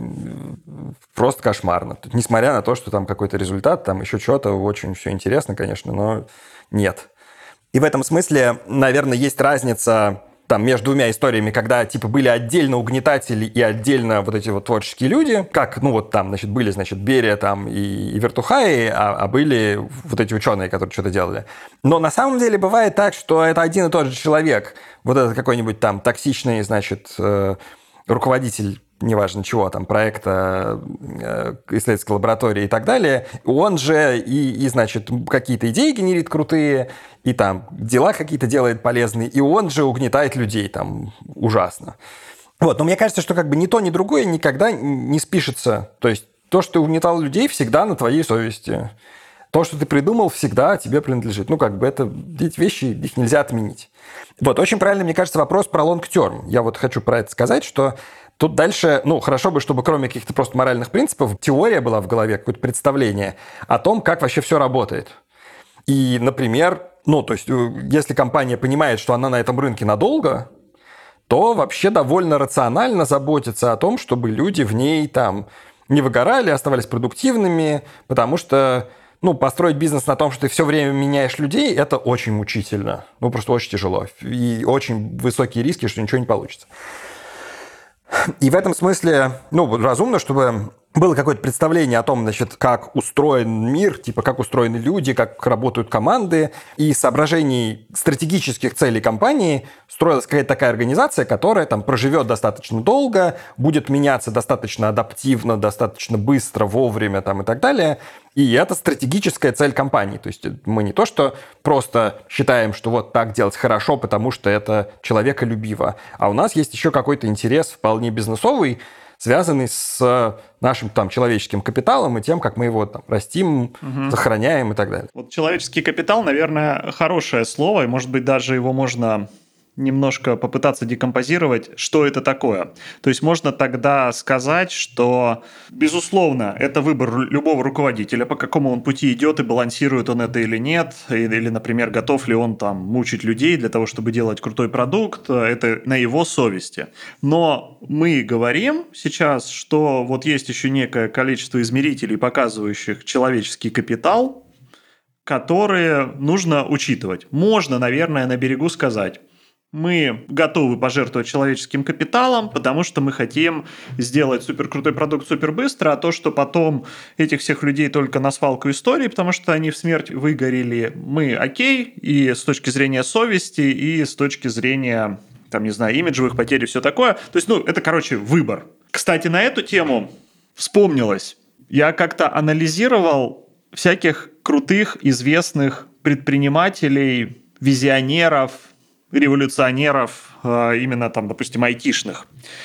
просто кошмарно. Тут, несмотря на то, что там какой-то результат, там еще что-то, очень все интересно, конечно, но нет. И в этом смысле, наверное, есть разница там между двумя историями, когда типа были отдельно угнетатели и отдельно вот эти вот творческие люди, как, ну вот там, значит, были, значит, Берия там и, и Вертухаи, а, а были вот эти ученые, которые что-то делали. Но на самом деле бывает так, что это один и тот же человек. Вот этот какой-нибудь там токсичный, значит, э, руководитель, неважно чего, там, проекта, э, исследовательской лаборатории и так далее, он же и, и, значит, какие-то идеи генерит крутые, и там дела какие-то делает полезные, и он же угнетает людей там ужасно. Вот, но мне кажется, что как бы ни то, ни другое никогда не спишется. То есть то, что ты угнетал людей, всегда на твоей совести. То, что ты придумал, всегда тебе принадлежит. Ну, как бы это, эти вещи, их нельзя отменить. Вот, очень правильно, мне кажется, вопрос про long-term. Я вот хочу про это сказать, что тут дальше, ну, хорошо бы, чтобы кроме каких-то просто моральных принципов, теория была в голове, какое-то представление о том, как вообще все работает. И, например, ну, то есть, если компания понимает, что она на этом рынке надолго, то вообще довольно рационально заботиться о том, чтобы люди в ней там не выгорали, оставались продуктивными, потому что, ну, построить бизнес на том, что ты все время меняешь людей, это очень мучительно. Ну, просто очень тяжело. И очень высокие риски, что ничего не получится. И в этом смысле, ну, разумно, чтобы было какое-то представление о том, значит, как устроен мир, типа, как устроены люди, как работают команды. И из соображений стратегических целей компании строилась какая-то такая организация, которая там проживет достаточно долго, будет меняться достаточно адаптивно, достаточно быстро, вовремя там, и так далее. И это стратегическая цель компании. То есть мы не то, что просто считаем, что вот так делать хорошо, потому что это человеколюбиво, а у нас есть еще какой-то интерес вполне бизнесовый, связанный с нашим там человеческим капиталом и тем, как мы его там растим, угу. сохраняем и так далее. Вот человеческий капитал, наверное, хорошее слово, и, может быть, даже его можно немножко попытаться декомпозировать, что это такое. То есть можно тогда сказать, что, безусловно, это выбор любого руководителя, по какому он пути идет, и балансирует он это или нет, или, например, готов ли он там мучить людей для того, чтобы делать крутой продукт, это на его совести. Но мы говорим сейчас, что вот есть еще некое количество измерителей, показывающих человеческий капитал, которые нужно учитывать. Можно, наверное, на берегу сказать: мы готовы пожертвовать человеческим капиталом, потому что мы хотим сделать суперкрутой продукт супербыстро, а то, что потом этих всех людей только на свалку истории, потому что они в смерть выгорели, мы окей, и с точки зрения совести, и с точки зрения, там, не знаю, имиджевых потерь и все такое. То есть, ну, это, короче, выбор. Кстати, на эту тему вспомнилось. Я как-то анализировал всяких крутых, известных предпринимателей, визионеров, революционеров, именно там, допустим, айтишных.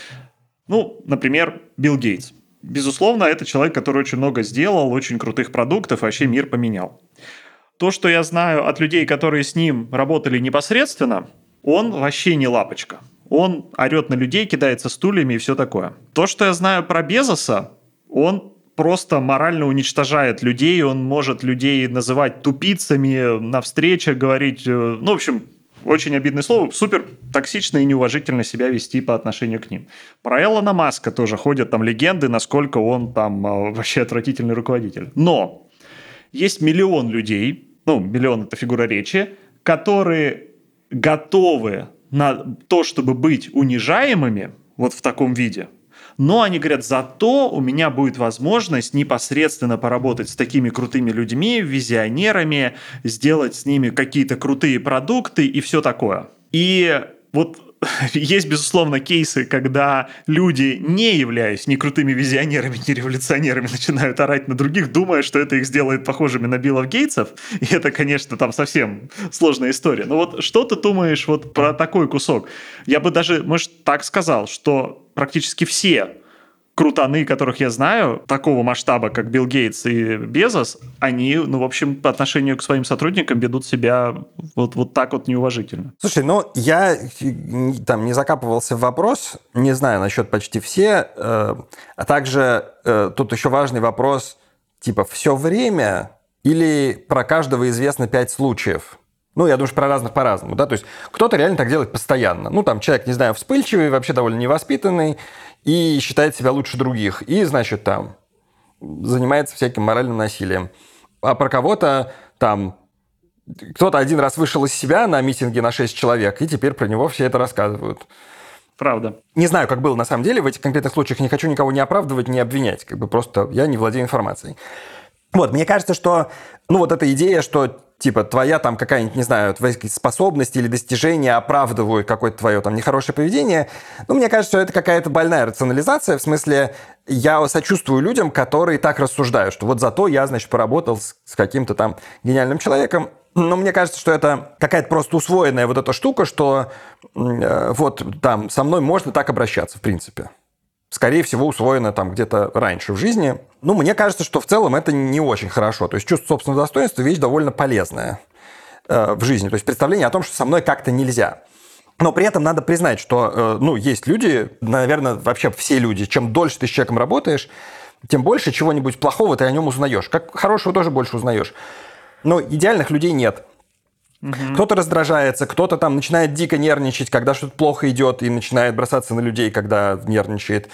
Ну, например, Билл Гейтс. Безусловно, это человек, который очень много сделал, очень крутых продуктов, и вообще мир поменял. То, что я знаю от людей, которые с ним работали непосредственно, он вообще не лапочка. Он орет на людей, кидается стульями и все такое. То, что я знаю про Безоса, он просто морально уничтожает людей, он может людей называть тупицами на встречах, говорить, ну, в общем, очень обидное слово, супер токсично и неуважительно себя вести по отношению к ним. Про Илона Маска тоже ходят там легенды, насколько он там вообще отвратительный руководитель. Но есть миллион людей, ну, миллион – это фигура речи, которые готовы на то, чтобы быть унижаемыми вот в таком виде. Но они говорят, зато у меня будет возможность непосредственно поработать с такими крутыми людьми, визионерами, сделать с ними какие-то крутые продукты и все такое. И вот есть, безусловно, кейсы, когда люди, не являясь ни крутыми визионерами, ни революционерами, начинают орать на других, думая, что это их сделает похожими на Билла Гейтсов. И это, конечно, там совсем сложная история. Но вот что ты думаешь вот про такой кусок? Я бы даже, может, так сказал, что практически все крутаны, которых я знаю, такого масштаба, как Билл Гейтс и Безос, они, ну, в общем, по отношению к своим сотрудникам ведут себя вот, вот так вот неуважительно. Слушай, ну, я там не закапывался в вопрос, не знаю насчет почти все, э, а также э, тут еще важный вопрос, типа, все время или про каждого известно пять случаев? Ну, я думаю, про разных по-разному, да, то есть кто-то реально так делает постоянно. Ну, там человек, не знаю, вспыльчивый, вообще довольно невоспитанный и считает себя лучше других. И, значит, там занимается всяким моральным насилием. А про кого-то там кто-то один раз вышел из себя на митинге на шесть человек, и теперь про него все это рассказывают. Правда. Не знаю, как было на самом деле. В этих конкретных случаях не хочу никого не оправдывать, не обвинять. Как бы просто я не владею информацией. Вот, мне кажется, что, ну, вот эта идея, что типа твоя там какая-нибудь, не знаю, твои способности или достижения оправдывают какое-то твое там нехорошее поведение. Ну, мне кажется, что это какая-то больная рационализация. В смысле, я сочувствую людям, которые так рассуждают, что вот зато я, значит, поработал с, с каким-то там гениальным человеком. Но мне кажется, что это какая-то просто усвоенная вот эта штука, что э, вот там со мной можно так обращаться, в принципе. Скорее всего, усвоено там где-то раньше в жизни. Ну, мне кажется, что в целом это не очень хорошо. То есть чувство собственного достоинства – вещь довольно полезная э, в жизни. То есть представление о том, что со мной как-то нельзя. Но при этом надо признать, что, э, ну, есть люди, наверное, вообще все люди, чем дольше ты с человеком работаешь, тем больше чего-нибудь плохого ты о нем узнаешь. Как хорошего тоже больше узнаешь. Но идеальных людей нет. Угу. Кто-то раздражается, кто-то там начинает дико нервничать, когда что-то плохо идет, и начинает бросаться на людей, когда нервничает.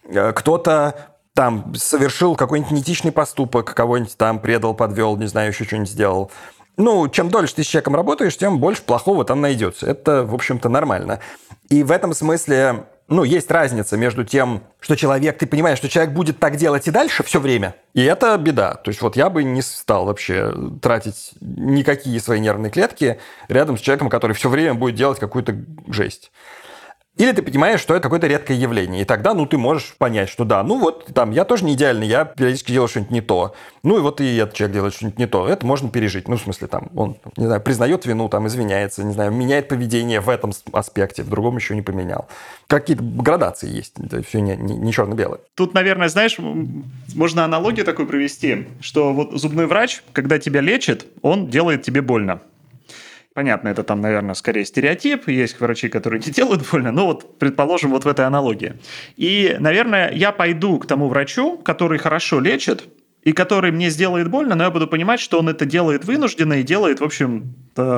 Кто-то там совершил какой-нибудь неэтичный поступок, кого-нибудь там предал, подвел, не знаю, еще что-нибудь сделал. Ну, чем дольше ты с человеком работаешь, тем больше плохого там найдется. Это, в общем-то, нормально. И в этом смысле, ну, есть разница между тем, что человек, ты понимаешь, что человек будет так делать и дальше все время, и это беда. То есть вот я бы не стал вообще тратить никакие свои нервные клетки рядом с человеком, который все время будет делать какую-то жесть. Или ты понимаешь, что это какое-то редкое явление. И тогда, ну, ты можешь понять, что да, ну вот там, я тоже не идеальный, я периодически делаю что-нибудь не то. Ну и вот и этот человек делает что-нибудь не то. Это можно пережить. Ну, в смысле, там, он, не знаю, признает вину, там, извиняется, не знаю, меняет поведение в этом аспекте, в другом еще не поменял. Какие-то градации есть. Это все не, не, не черно-белое. Тут, наверное, знаешь, можно аналогию такую провести, что вот зубной врач, когда тебя лечит, он делает тебе больно. Понятно, это там, наверное, скорее стереотип. Есть врачи, которые не делают больно. Но вот, предположим, вот в этой аналогии. И, наверное, я пойду к тому врачу, который хорошо лечит, и который мне сделает больно, но я буду понимать, что он это делает вынужденно и делает, в общем,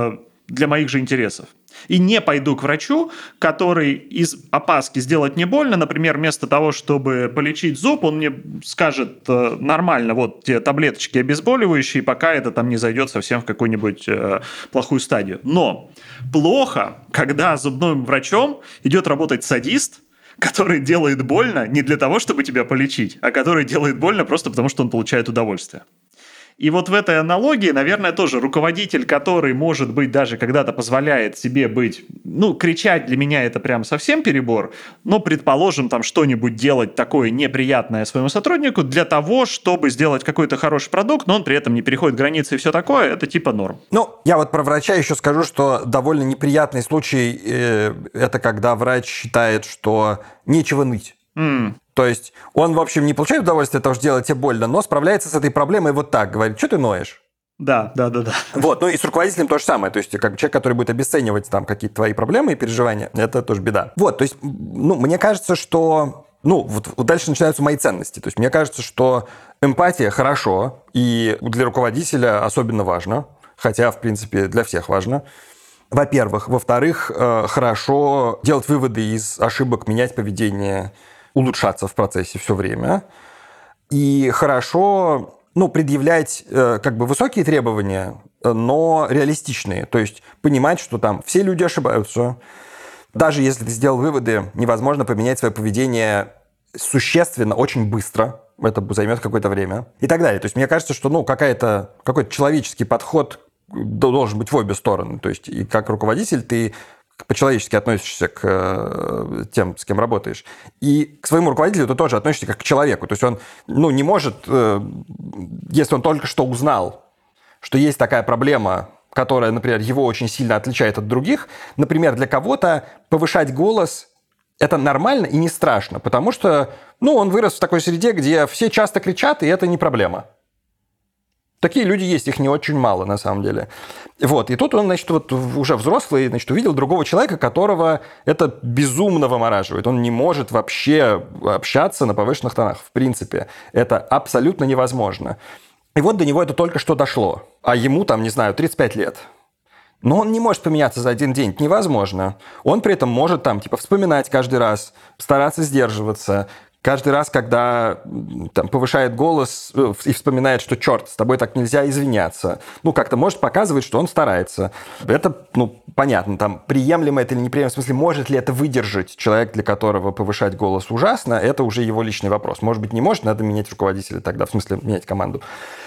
для моих же интересов. И не пойду к врачу, который из опаски сделать мне больно, например, вместо того, чтобы полечить зуб, он мне скажет э, нормально, вот те таблеточки обезболивающие, пока это там не зайдет совсем в какую-нибудь э, плохую стадию. Но плохо, когда зубным врачом идет работать садист, который делает больно не для того, чтобы тебя полечить, а который делает больно просто потому, что он получает удовольствие. И вот в этой аналогии, наверное, тоже руководитель, который, может быть, даже когда-то позволяет себе быть, ну, кричать для меня это прям совсем перебор, но, предположим, там что-нибудь делать такое неприятное своему сотруднику для того, чтобы сделать какой-то хороший продукт, но он при этом не переходит границы и все такое, это типа норм. Ну, я вот про врача еще скажу, что довольно неприятный случай э, это когда врач считает, что нечего ныть. Mm. То есть он, в общем, не получает удовольствие от того, что делать тебе больно, но справляется с этой проблемой вот так, говорит, что ты ноешь? Да, да, да, да. Вот, ну и с руководителем то же самое. То есть как человек, который будет обесценивать там какие-то твои проблемы и переживания, это тоже беда. Вот, то есть, ну, мне кажется, что... Ну, вот, вот дальше начинаются мои ценности. То есть мне кажется, что эмпатия хорошо, и для руководителя особенно важно, хотя, в принципе, для всех важно. Во-первых. Во-вторых, хорошо делать выводы из ошибок, менять поведение, улучшаться в процессе все время. И хорошо, ну, предъявлять э, как бы высокие требования но реалистичные. То есть понимать, что там все люди ошибаются. Даже если ты сделал выводы, невозможно поменять свое поведение существенно, очень быстро. Это займет какое-то время. И так далее. То есть мне кажется, что ну, какая-то, какой-то человеческий подход должен быть в обе стороны. То есть и как руководитель ты по-человечески относишься к тем, с кем работаешь. И к своему руководителю ты тоже относишься как к человеку. То есть он ну, не может, если он только что узнал, что есть такая проблема, которая, например, его очень сильно отличает от других, например, для кого-то повышать голос – это нормально и не страшно, потому что ну, он вырос в такой среде, где все часто кричат, и это не проблема. Такие люди есть, их не очень мало, на самом деле. Вот. И тут он, значит, вот уже взрослый, значит, увидел другого человека, которого это безумно вымораживает. Он не может вообще общаться на повышенных тонах, в принципе. Это абсолютно невозможно. И вот до него это только что дошло. А ему, там, не знаю, тридцать пять лет. Но он не может поменяться за один день. Это невозможно. Он при этом может, там, типа, вспоминать каждый раз, стараться сдерживаться. Каждый раз, когда там, повышает голос и вспоминает, что черт, с тобой так нельзя, извиняться. Ну, как-то может показывать, что он старается. Это, ну, понятно, там, приемлемо это или неприемлемо, в смысле, может ли это выдержать человек, для которого повышать голос ужасно, это уже его личный вопрос. Может быть, не может, надо менять руководителя тогда, в смысле, менять команду.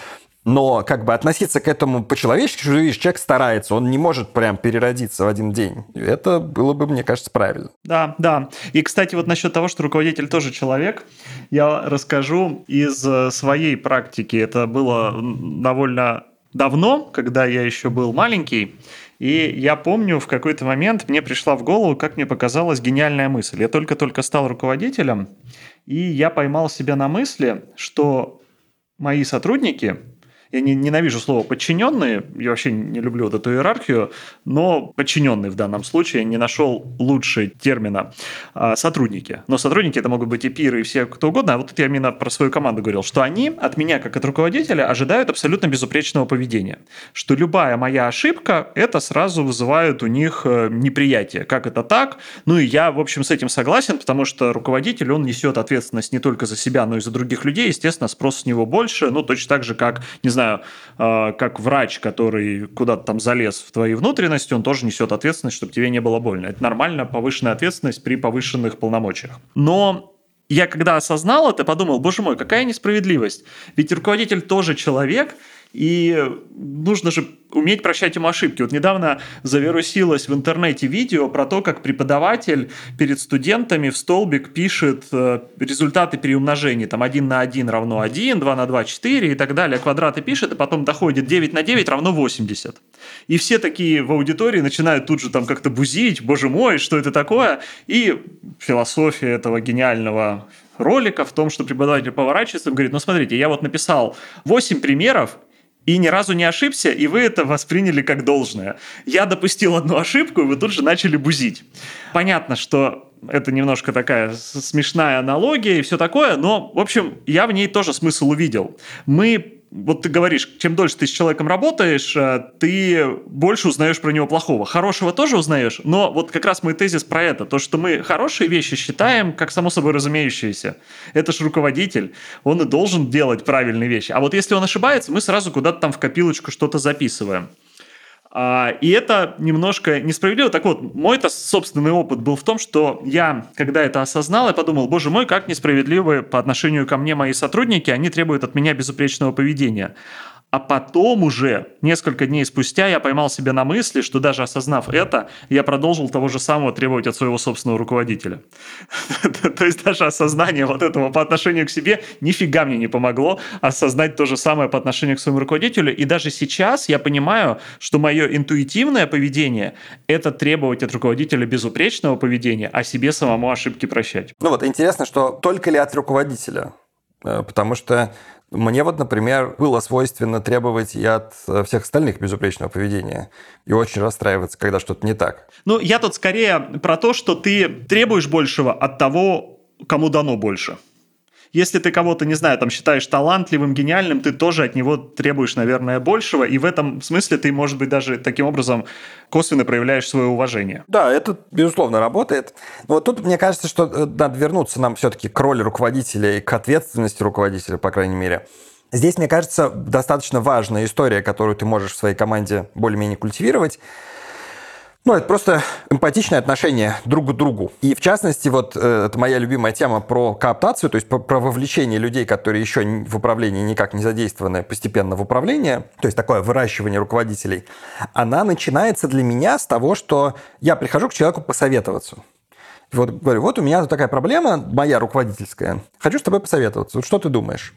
Но как бы относиться к этому по-человечески, что видишь, человек старается, он не может прям переродиться в один день. Это было бы, мне кажется, правильно. Да, да. И, кстати, вот насчет того, что руководитель тоже человек, я расскажу из своей практики. Это было довольно давно, когда я еще был маленький. И я помню, в какой-то момент мне пришла в голову, как мне показалась, гениальная мысль. Я только-только стал руководителем, и я поймал себя на мысли, что мои сотрудники... Я не, ненавижу слово «подчиненные», я вообще не люблю вот эту иерархию, но подчиненные в данном случае, я не нашел лучше термина а, сотрудники. Но сотрудники это могут быть и пиры, и все кто угодно, а вот тут я именно про свою команду говорил, что они от меня, как от руководителя, ожидают абсолютно безупречного поведения. Что любая моя ошибка, это сразу вызывает у них неприятие. Как это так? Ну и я, в общем, с этим согласен, потому что руководитель, он несет ответственность не только за себя, но и за других людей, естественно, спрос с него больше, ну точно так же, как, не знаю, знаю, как врач, который куда-то там залез в твои внутренности, он тоже несет ответственность, чтобы тебе не было больно. Это нормально, повышенная ответственность при повышенных полномочиях. Но я когда осознал это, подумал, боже мой, какая несправедливость. Ведь руководитель тоже человек, и нужно же уметь прощать ему ошибки. Вот недавно завирусилось в интернете видео про то, как преподаватель перед студентами в столбик пишет результаты переумножения. Там один на один равно один, два на два – четыре и так далее. Квадраты пишет, и потом доходит девять на девять равно восемьдесят. И все такие в аудитории начинают тут же там как-то бузить. Боже мой, что это такое? И философия этого гениального ролика в том, что преподаватель поворачивается и говорит, ну смотрите, я вот написал восемь примеров, и ни разу не ошибся, и вы это восприняли как должное. Я допустил одну ошибку, и вы тут же начали бузить. Понятно, что это немножко такая смешная аналогия и все такое, но, в общем, я в ней тоже смысл увидел. Мы... Вот ты говоришь, чем дольше ты с человеком работаешь, ты больше узнаешь про него плохого. Хорошего тоже узнаешь, но вот как раз мой тезис про это. То, что мы хорошие вещи считаем как само собой разумеющиеся. Это ж руководитель, он и должен делать правильные вещи. А вот если он ошибается, мы сразу куда-то там в копилочку что-то записываем. И это немножко несправедливо. Так вот, мой-то собственный опыт был в том, что я, когда это осознал, я подумал, боже мой, как несправедливы по отношению ко мне мои сотрудники, они требуют от меня безупречного поведения. А потом уже, несколько дней спустя, я поймал себя на мысли, что даже осознав это, я продолжил того же самого требовать от своего собственного руководителя. То есть даже осознание вот этого по отношению к себе нифига мне не помогло осознать то же самое по отношению к своему руководителю. И даже сейчас я понимаю, что мое интуитивное поведение – это требовать от руководителя безупречного поведения, а себе самому ошибки прощать. Ну вот интересно, что только ли от руководителя? Потому что мне вот, например, было свойственно требовать и от всех остальных безупречного поведения. И очень расстраиваться, когда что-то не так. Ну, я тут скорее про то, что ты требуешь большего от того, кому дано больше. Если ты кого-то, не знаю, там считаешь талантливым, гениальным, ты тоже от него требуешь, наверное, большего. И в этом смысле ты, может быть, даже таким образом косвенно проявляешь свое уважение. Да, это, безусловно, работает. Но вот тут, мне кажется, что надо вернуться нам все-таки к роли руководителя и к ответственности руководителя, по крайней мере. Здесь, мне кажется, достаточно важная история, которую ты можешь в своей команде более-менее культивировать. Ну, это просто эмпатичное отношение друг к другу. И, в частности, вот э, это моя любимая тема про кооптацию, то есть про, про вовлечение людей, которые еще в управлении никак не задействованы, постепенно в управление, то есть такое выращивание руководителей, она начинается для меня с того, что я прихожу к человеку посоветоваться. Вот говорю, вот у меня тут такая проблема, моя руководительская, хочу с тобой посоветоваться, вот что ты думаешь?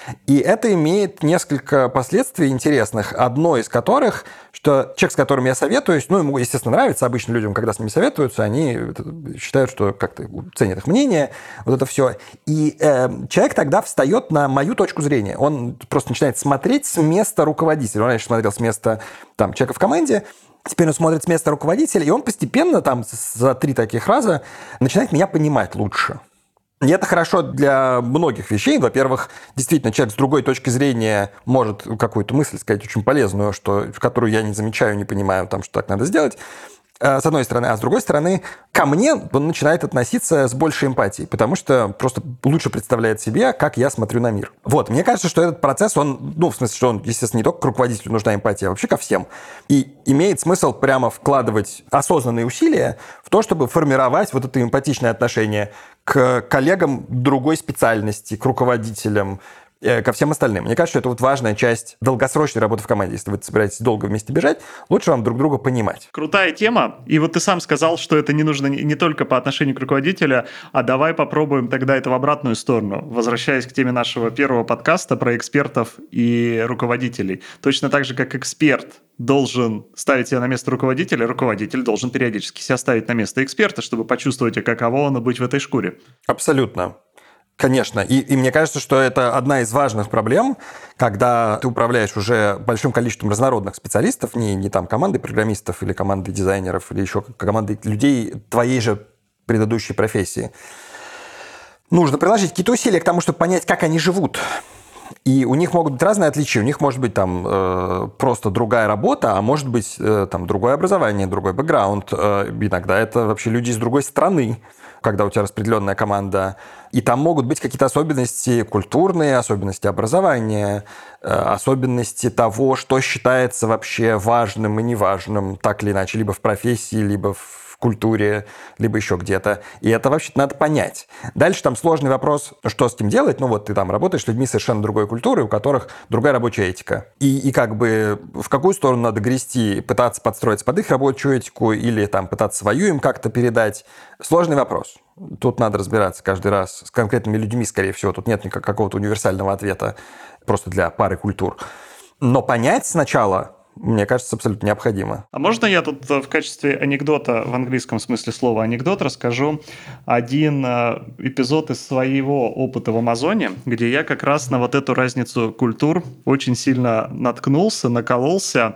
И это имеет несколько последствий интересных. Одно из которых, что человек, с которым я советуюсь, ну, ему, естественно, нравится обычно людям, когда с ними советуются, они считают, что как-то ценят их мнение, вот это все. И э, человек тогда встает на мою точку зрения. Он просто начинает смотреть с места руководителя. Он раньше смотрел с места там, человека в команде, теперь он смотрит с места руководителя, и он постепенно там за три таких раза начинает меня понимать лучше. И это хорошо для многих вещей. Во-первых, действительно, человек с другой точки зрения может какую-то мысль сказать очень полезную, что, которую я не замечаю, не понимаю, там, что так надо сделать, с одной стороны. А с другой стороны, ко мне он начинает относиться с большей эмпатией, потому что просто лучше представляет себе, как я смотрю на мир. Вот, мне кажется, что этот процесс, он, ну, в смысле, что он, естественно, не только к руководителю нужна эмпатия, а вообще ко всем. И имеет смысл прямо вкладывать осознанные усилия в то, чтобы формировать вот это эмпатичное отношение к коллегам другой специальности, к руководителям, ко всем остальным. Мне кажется, что это вот важная часть долгосрочной работы в команде. Если вы собираетесь долго вместе бежать, лучше вам друг друга понимать. Крутая тема. И вот ты сам сказал, что это не нужно не только по отношению к руководителю, а давай попробуем тогда это в обратную сторону. Возвращаясь к теме нашего первого подкаста про экспертов и руководителей. Точно так же, как эксперт должен ставить себя на место руководителя, руководитель должен периодически себя ставить на место эксперта, чтобы почувствовать, каково оно быть в этой шкуре. Абсолютно. Конечно. И, и мне кажется, что это одна из важных проблем, когда ты управляешь уже большим количеством разнородных специалистов, не, не там командой программистов или командой дизайнеров, или еще командой людей твоей же предыдущей профессии. Нужно приложить какие-то усилия к тому, чтобы понять, как они живут. И у них могут быть разные отличия. У них может быть там э, просто другая работа, а может быть э, там другое образование, другой бэкграунд. Э, иногда это вообще люди из другой страны, когда у тебя распределенная команда. И там могут быть какие-то особенности культурные, особенности образования, э, особенности того, что считается вообще важным и неважным, так или иначе, либо в профессии, либо в культуре, либо еще где-то. И это вообще надо понять. Дальше там сложный вопрос, что с этим делать. Ну вот ты там работаешь с людьми совершенно другой культуры, у которых другая рабочая этика. И, и как бы в какую сторону надо грести, пытаться подстроиться под их рабочую этику или там пытаться свою им как-то передать. Сложный вопрос. Тут надо разбираться каждый раз с конкретными людьми, скорее всего. Тут нет никакого какого-то универсального ответа просто для пары культур. Но понять сначала, мне кажется, абсолютно необходимо. А можно я тут в качестве анекдота, в английском смысле слова анекдот, расскажу один эпизод из своего опыта в Амазоне, где я как раз на вот эту разницу культур очень сильно наткнулся, накололся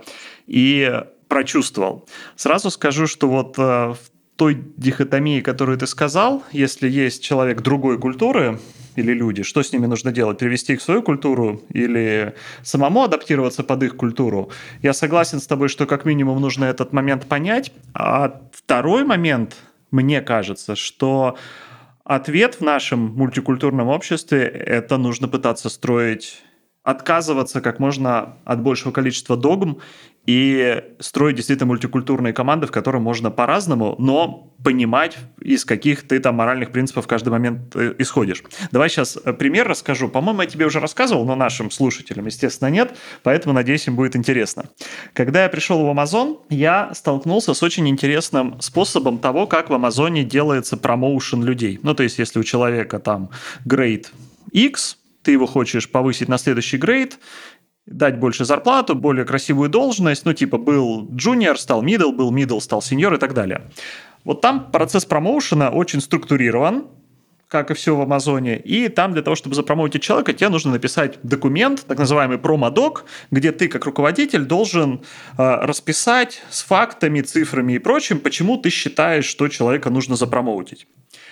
и прочувствовал. Сразу скажу, что вот в той дихотомии, которую ты сказал, если есть человек другой культуры или люди, что с ними нужно делать? Перевести их в свою культуру или самому адаптироваться под их культуру? Я согласен с тобой, что как минимум нужно этот момент понять. А второй момент, мне кажется, что ответ в нашем мультикультурном обществе – это нужно пытаться строить, отказываться как можно от большего количества догм и строить действительно мультикультурные команды, в которые можно по-разному, но понимать, из каких ты там моральных принципов в каждый момент исходишь. Давай сейчас пример расскажу. По-моему, я тебе уже рассказывал, но нашим слушателям, естественно, нет, поэтому, надеюсь, им будет интересно. Когда я пришел в Amazon, я столкнулся с очень интересным способом того, как в Амазоне делается промоушен людей. Ну, то есть, если у человека там грейд X, ты его хочешь повысить на следующий грейд, дать больше зарплату, более красивую должность, ну, типа, был junior, стал middle, был middle, стал senior и так далее. Вот там процесс промоушена очень структурирован, как и все в Амазоне, и там для того, чтобы запромоутить человека, тебе нужно написать документ, так называемый промо-док, где ты, как руководитель, должен э, расписать с фактами, цифрами и прочим, почему ты считаешь, что человека нужно запромоутить.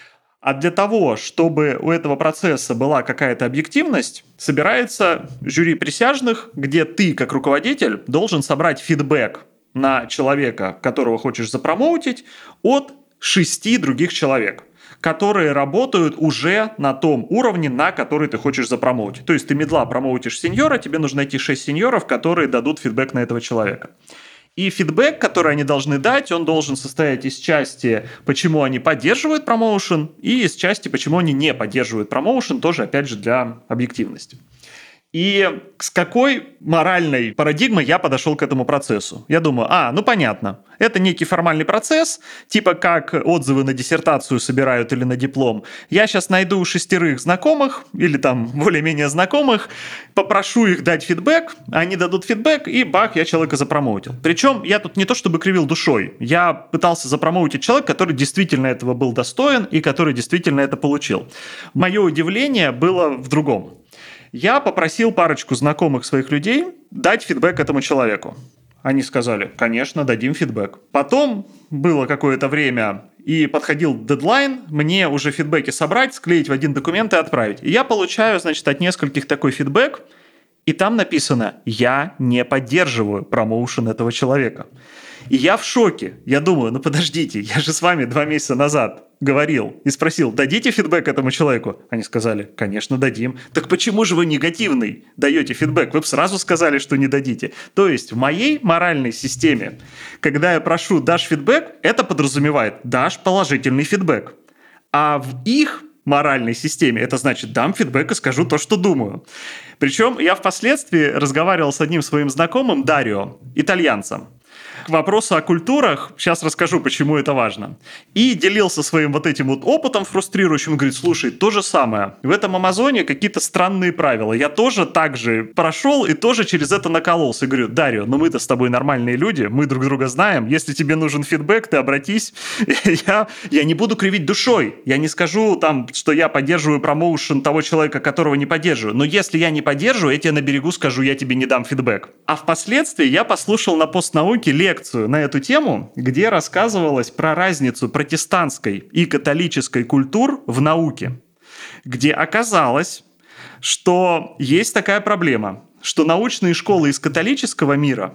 А для того, чтобы у этого процесса была какая-то объективность, собирается жюри присяжных, где ты, как руководитель, должен собрать фидбэк на человека, которого хочешь запромоутить, от шести других человек. которые работают уже на том уровне, на который ты хочешь запромоутить. То есть ты медла промоутишь сеньора, тебе нужно найти шесть сеньоров, которые дадут фидбэк на этого человека. И фидбэк, который они должны дать, он должен состоять из части, почему они поддерживают промоушен, и из части, почему они не поддерживают промоушен, тоже, опять же, для объективности. И с какой моральной парадигмой я подошел к этому процессу? Я думаю, а, ну понятно, это некий формальный процесс, типа как отзывы на диссертацию собирают или на диплом. Я сейчас найду шестерых знакомых, или там более-менее знакомых, попрошу их дать фидбэк, они дадут фидбэк, и бах, я человека запромоутил. Причем я тут не то чтобы кривил душой, я пытался запромоутить человека, который действительно этого был достоин и который действительно это получил. Мое удивление было в другом. Я попросил парочку знакомых своих людей дать фидбэк этому человеку. Они сказали, конечно, дадим фидбэк. Потом было какое-то время, и подходил дедлайн, мне уже фидбэки собрать, склеить в один документ и отправить. И я получаю, значит, от нескольких такой фидбэк, и там написано «Я не поддерживаю промоушен этого человека». И я в шоке. Я думаю, ну подождите, я же с вами два месяца назад говорил и спросил, дадите фидбэк этому человеку? Они сказали, конечно, дадим. Так почему же вы негативный даете фидбэк? Вы бы сразу сказали, что не дадите. То есть в моей моральной системе, когда я прошу, дашь фидбэк, это подразумевает, дашь положительный фидбэк. А в их моральной системе это значит, дам фидбэк и скажу то, что думаю. Причем я впоследствии разговаривал с одним своим знакомым, Дарио, итальянцем. К вопросу о культурах, сейчас расскажу, почему это важно. И делился своим вот этим вот опытом фрустрирующим, говорит, слушай, то же самое. В этом Амазоне какие-то странные правила. Я тоже так же прошел и тоже через это накололся. И говорю, Дарио, ну мы-то с тобой нормальные люди, мы друг друга знаем. Если тебе нужен фидбэк, ты обратись. Я, я не буду кривить душой. Я не скажу, там, что я поддерживаю промоушен того человека, которого не поддерживаю. Но если я не поддерживаю, я тебе на берегу скажу, я тебе не дам фидбэк. А впоследствии я послушал на постнауке лекцию на эту тему, где рассказывалось про разницу протестантской и католической культур в науке, где оказалось, что есть такая проблема, что научные школы из католического мира,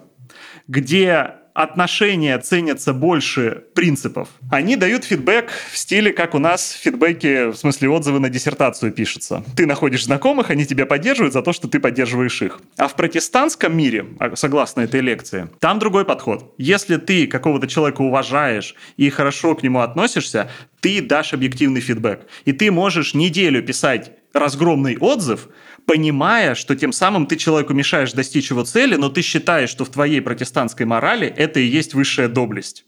где отношения ценятся больше принципов, они дают фидбэк в стиле, как у нас фидбэки, в смысле отзывы на диссертацию пишутся. Ты находишь знакомых, они тебя поддерживают за то, что ты поддерживаешь их. А в протестантском мире, согласно этой лекции, там другой подход. Если ты какого-то человека уважаешь и хорошо к нему относишься, ты дашь объективный фидбэк. И ты можешь неделю писать разгромный отзыв, понимая, что тем самым ты человеку мешаешь достичь его цели, но ты считаешь, что в твоей протестантской морали это и есть высшая доблесть.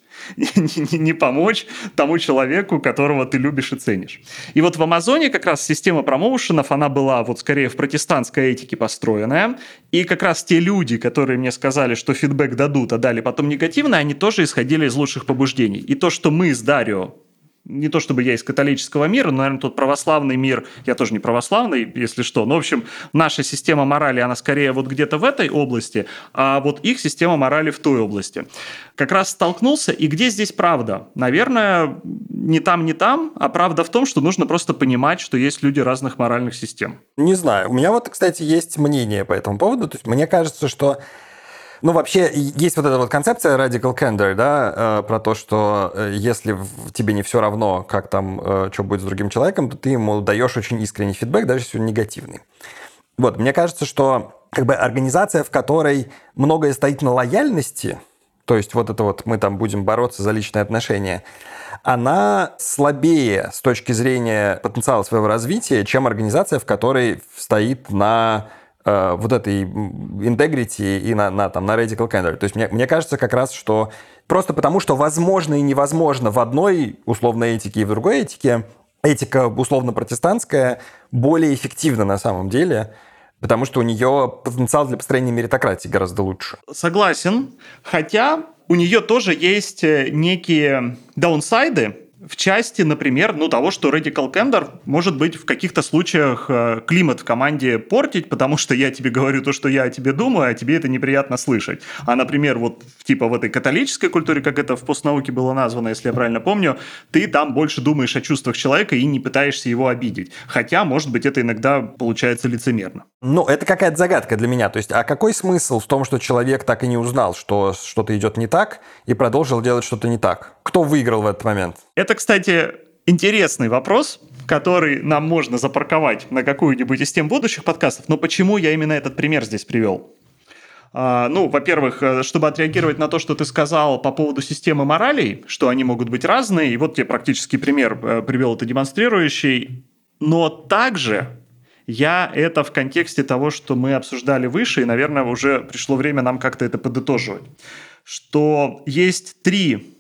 Не помочь тому человеку, которого ты любишь и ценишь. И вот в Амазоне как раз система промоушенов, она была вот скорее в протестантской этике построенная, и как раз те люди, которые мне сказали, что фидбэк дадут, а дали потом негативно, они тоже исходили из лучших побуждений. И то, что мы с Дарио, не то чтобы я из католического мира, но, наверное, тот православный мир, я тоже не православный, если что, но, в общем, наша система морали, она скорее вот где-то в этой области, а вот их система морали в той области. Как раз столкнулся, и где здесь правда? Наверное, не там, не там, а правда в том, что нужно просто понимать, что есть люди разных моральных систем. Не знаю. У меня вот, кстати, есть мнение по этому поводу. То есть мне кажется, что ну, вообще, есть вот эта вот концепция radical candor, да, э, про то, что э, если в, тебе не все равно, как там, э, что будет с другим человеком, то ты ему даешь очень искренний фидбэк, даже если он негативный. Вот, мне кажется, что как бы организация, в которой многое стоит на лояльности, то есть вот это вот мы там будем бороться за личные отношения, она слабее с точки зрения потенциала своего развития, чем организация, в которой стоит на вот этой integrity и на, на, там, на radical candor. То есть мне, мне кажется как раз, что просто потому, что возможно и невозможно в одной условной этике и в другой этике, этика условно-протестантская более эффективна на самом деле, потому что у нее потенциал для построения меритократии гораздо лучше. Согласен, хотя у нее тоже есть некие даунсайды, в части, например, ну, того, что radical candor может быть в каких-то случаях климат в команде портить, потому что я тебе говорю то, что я о тебе думаю, а тебе это неприятно слышать. А, например, вот типа в этой католической культуре, как это в постнауке было названо, если я правильно помню, ты там больше думаешь о чувствах человека и не пытаешься его обидеть. Хотя, может быть, это иногда получается лицемерно. Ну, это какая-то загадка для меня. То есть, а какой смысл в том, что человек так и не узнал, что что-то идет не так, и продолжил делать что-то не так? Кто выиграл в этот момент? Это, кстати, интересный вопрос, который нам можно запарковать на какую-нибудь из тем будущих подкастов. Но почему я именно этот пример здесь привел? А, ну, во-первых, чтобы отреагировать на то, что ты сказал по поводу системы моралей, что они могут быть разные, и вот тебе практический пример привел, это демонстрирующий. Но также я это в контексте того, что мы обсуждали выше, и, наверное, уже пришло время нам как-то это подытоживать, что есть три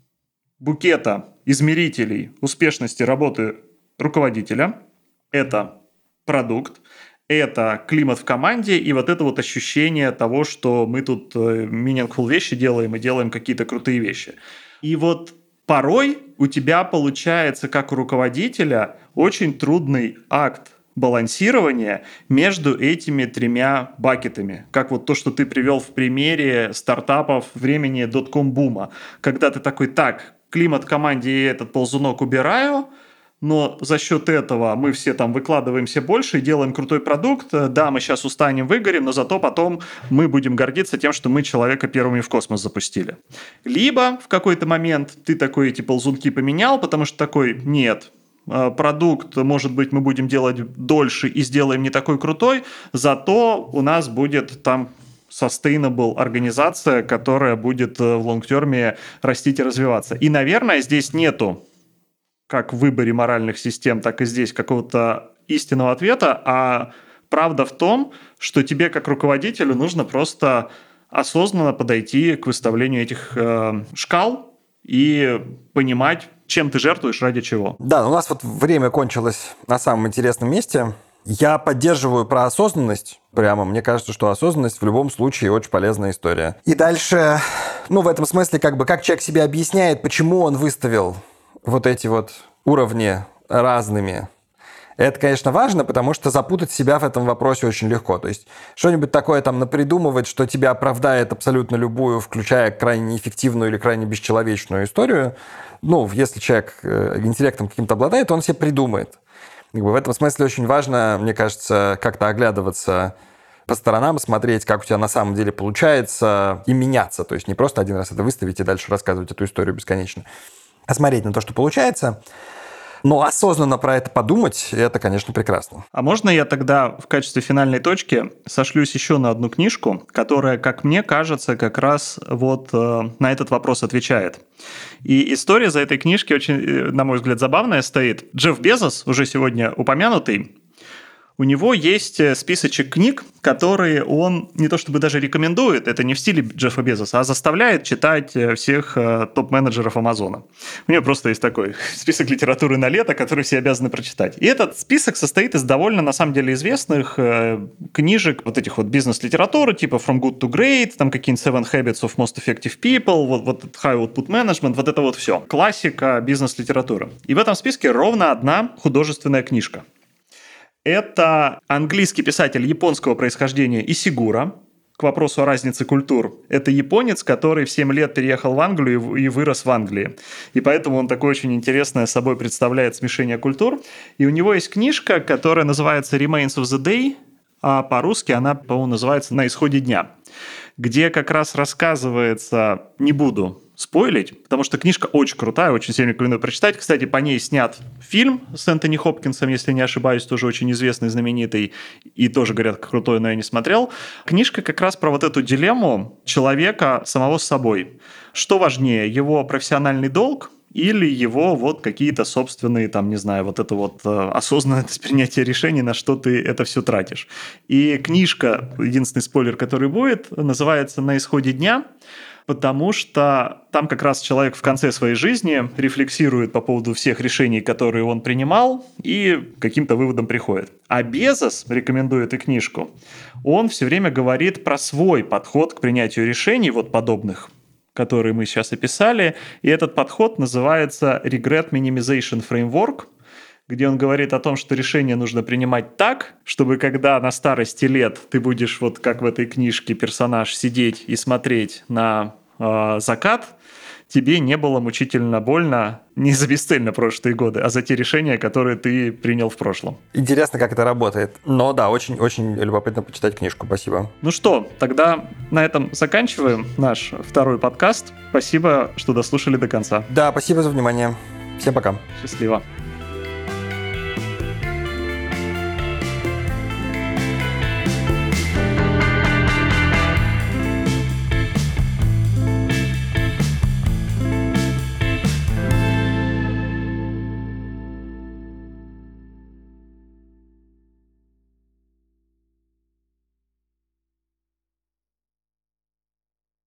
букета измерителей успешности работы руководителя. Это продукт, это климат в команде и вот это вот ощущение того, что мы тут meaningful вещи делаем и делаем какие-то крутые вещи. И вот порой у тебя получается, как у руководителя, очень трудный акт балансирования между этими тремя бакетами. Как вот то, что ты привел в примере стартапов времени дотком-бума. Когда ты такой, так, климат в команде и этот ползунок убираю, но за счет этого мы все там выкладываемся больше и делаем крутой продукт. Да, мы сейчас устанем, выгорим, но зато потом мы будем гордиться тем, что мы человека первыми в космос запустили. Либо в какой-то момент ты такой эти ползунки поменял, потому что такой, нет, продукт, может быть, мы будем делать дольше и сделаем не такой крутой, зато у нас будет там sustainable организация, которая будет в лонгтерме расти и развиваться. И, наверное, здесь нету как в выборе моральных систем, так и здесь какого-то истинного ответа, а правда в том, что тебе как руководителю нужно просто осознанно подойти к выставлению этих э, шкал и понимать, чем ты жертвуешь, ради чего. Да, у нас вот время кончилось на самом интересном месте. Я поддерживаю про осознанность. Прямо мне кажется, что осознанность в любом случае очень полезная история. И дальше, ну, в этом смысле, как бы, как человек себе объясняет, почему он выставил вот эти вот уровни разными. Это, конечно, важно, потому что запутать себя в этом вопросе очень легко. То есть что-нибудь такое там напридумывать, что тебя оправдает абсолютно любую, включая крайне неэффективную или крайне бесчеловечную историю. Ну, если человек интеллектом каким-то обладает, он себе придумает. Как бы в этом смысле очень важно, мне кажется, как-то оглядываться по сторонам, смотреть, как у тебя на самом деле получается, и меняться. То есть не просто один раз это выставить и дальше рассказывать эту историю бесконечно. А смотреть на то, что получается, но осознанно про это подумать, это, конечно, прекрасно. А можно я тогда в качестве финальной точки сошлюсь еще на одну книжку, которая, как мне кажется, как раз вот э, на этот вопрос отвечает. И история за этой книжкой очень, на мой взгляд, забавная стоит. Джефф Безос, уже сегодня упомянутый, у него есть списочек книг, которые он не то чтобы даже рекомендует, это не в стиле Джеффа Безоса, а заставляет читать всех топ-менеджеров Амазона. У него просто есть такой список литературы на лето, который все обязаны прочитать. И этот список состоит из довольно, на самом деле, известных книжек, вот этих вот бизнес-литературы, типа From Good to Great, там какие-нибудь Seven Habits of Most Effective People, вот, вот High Output Management, вот это вот все. Классика бизнес-литературы. И в этом списке ровно одна художественная книжка. Это английский писатель японского происхождения Исигура. К вопросу о разнице культур. Это японец, который в семь лет переехал в Англию и вырос в Англии. И поэтому он такое очень интересное собой представляет смешение культур. И у него есть книжка, которая называется Remains of the Day, а по-русски она, по-моему, называется «На исходе дня», где как раз рассказывается, не буду спойлить, потому что книжка очень крутая, очень сильно рекомендую прочитать. Кстати, по ней снят фильм с Энтони Хопкинсом, если не ошибаюсь, тоже очень известный, знаменитый, и тоже, говорят, крутой, но я не смотрел. Книжка как раз про вот эту дилемму человека самого с собой. Что важнее, его профессиональный долг или его вот какие-то собственные, там, не знаю, вот это вот осознанное принятие решений, на что ты это все тратишь. И книжка, единственный спойлер, который будет, называется «На исходе дня», потому что там как раз человек в конце своей жизни рефлексирует по поводу всех решений, которые он принимал, и к каким-то выводам приходит. А Безос, рекомендую эту книжку, он все время говорит про свой подход к принятию решений, вот подобных, которые мы сейчас описали, и этот подход называется Regret Minimization Framework, где он говорит о том, что решение нужно принимать так, чтобы когда на старости лет ты будешь, вот как в этой книжке персонаж, сидеть и смотреть на э, закат, тебе не было мучительно больно не за бесцельно прошлые годы, а за те решения, которые ты принял в прошлом. Интересно, как это работает. Но да, очень-очень любопытно почитать книжку. Спасибо. Ну что, тогда на этом заканчиваем наш второй подкаст. Спасибо, что дослушали до конца. Да, спасибо за внимание. Всем пока. Счастливо.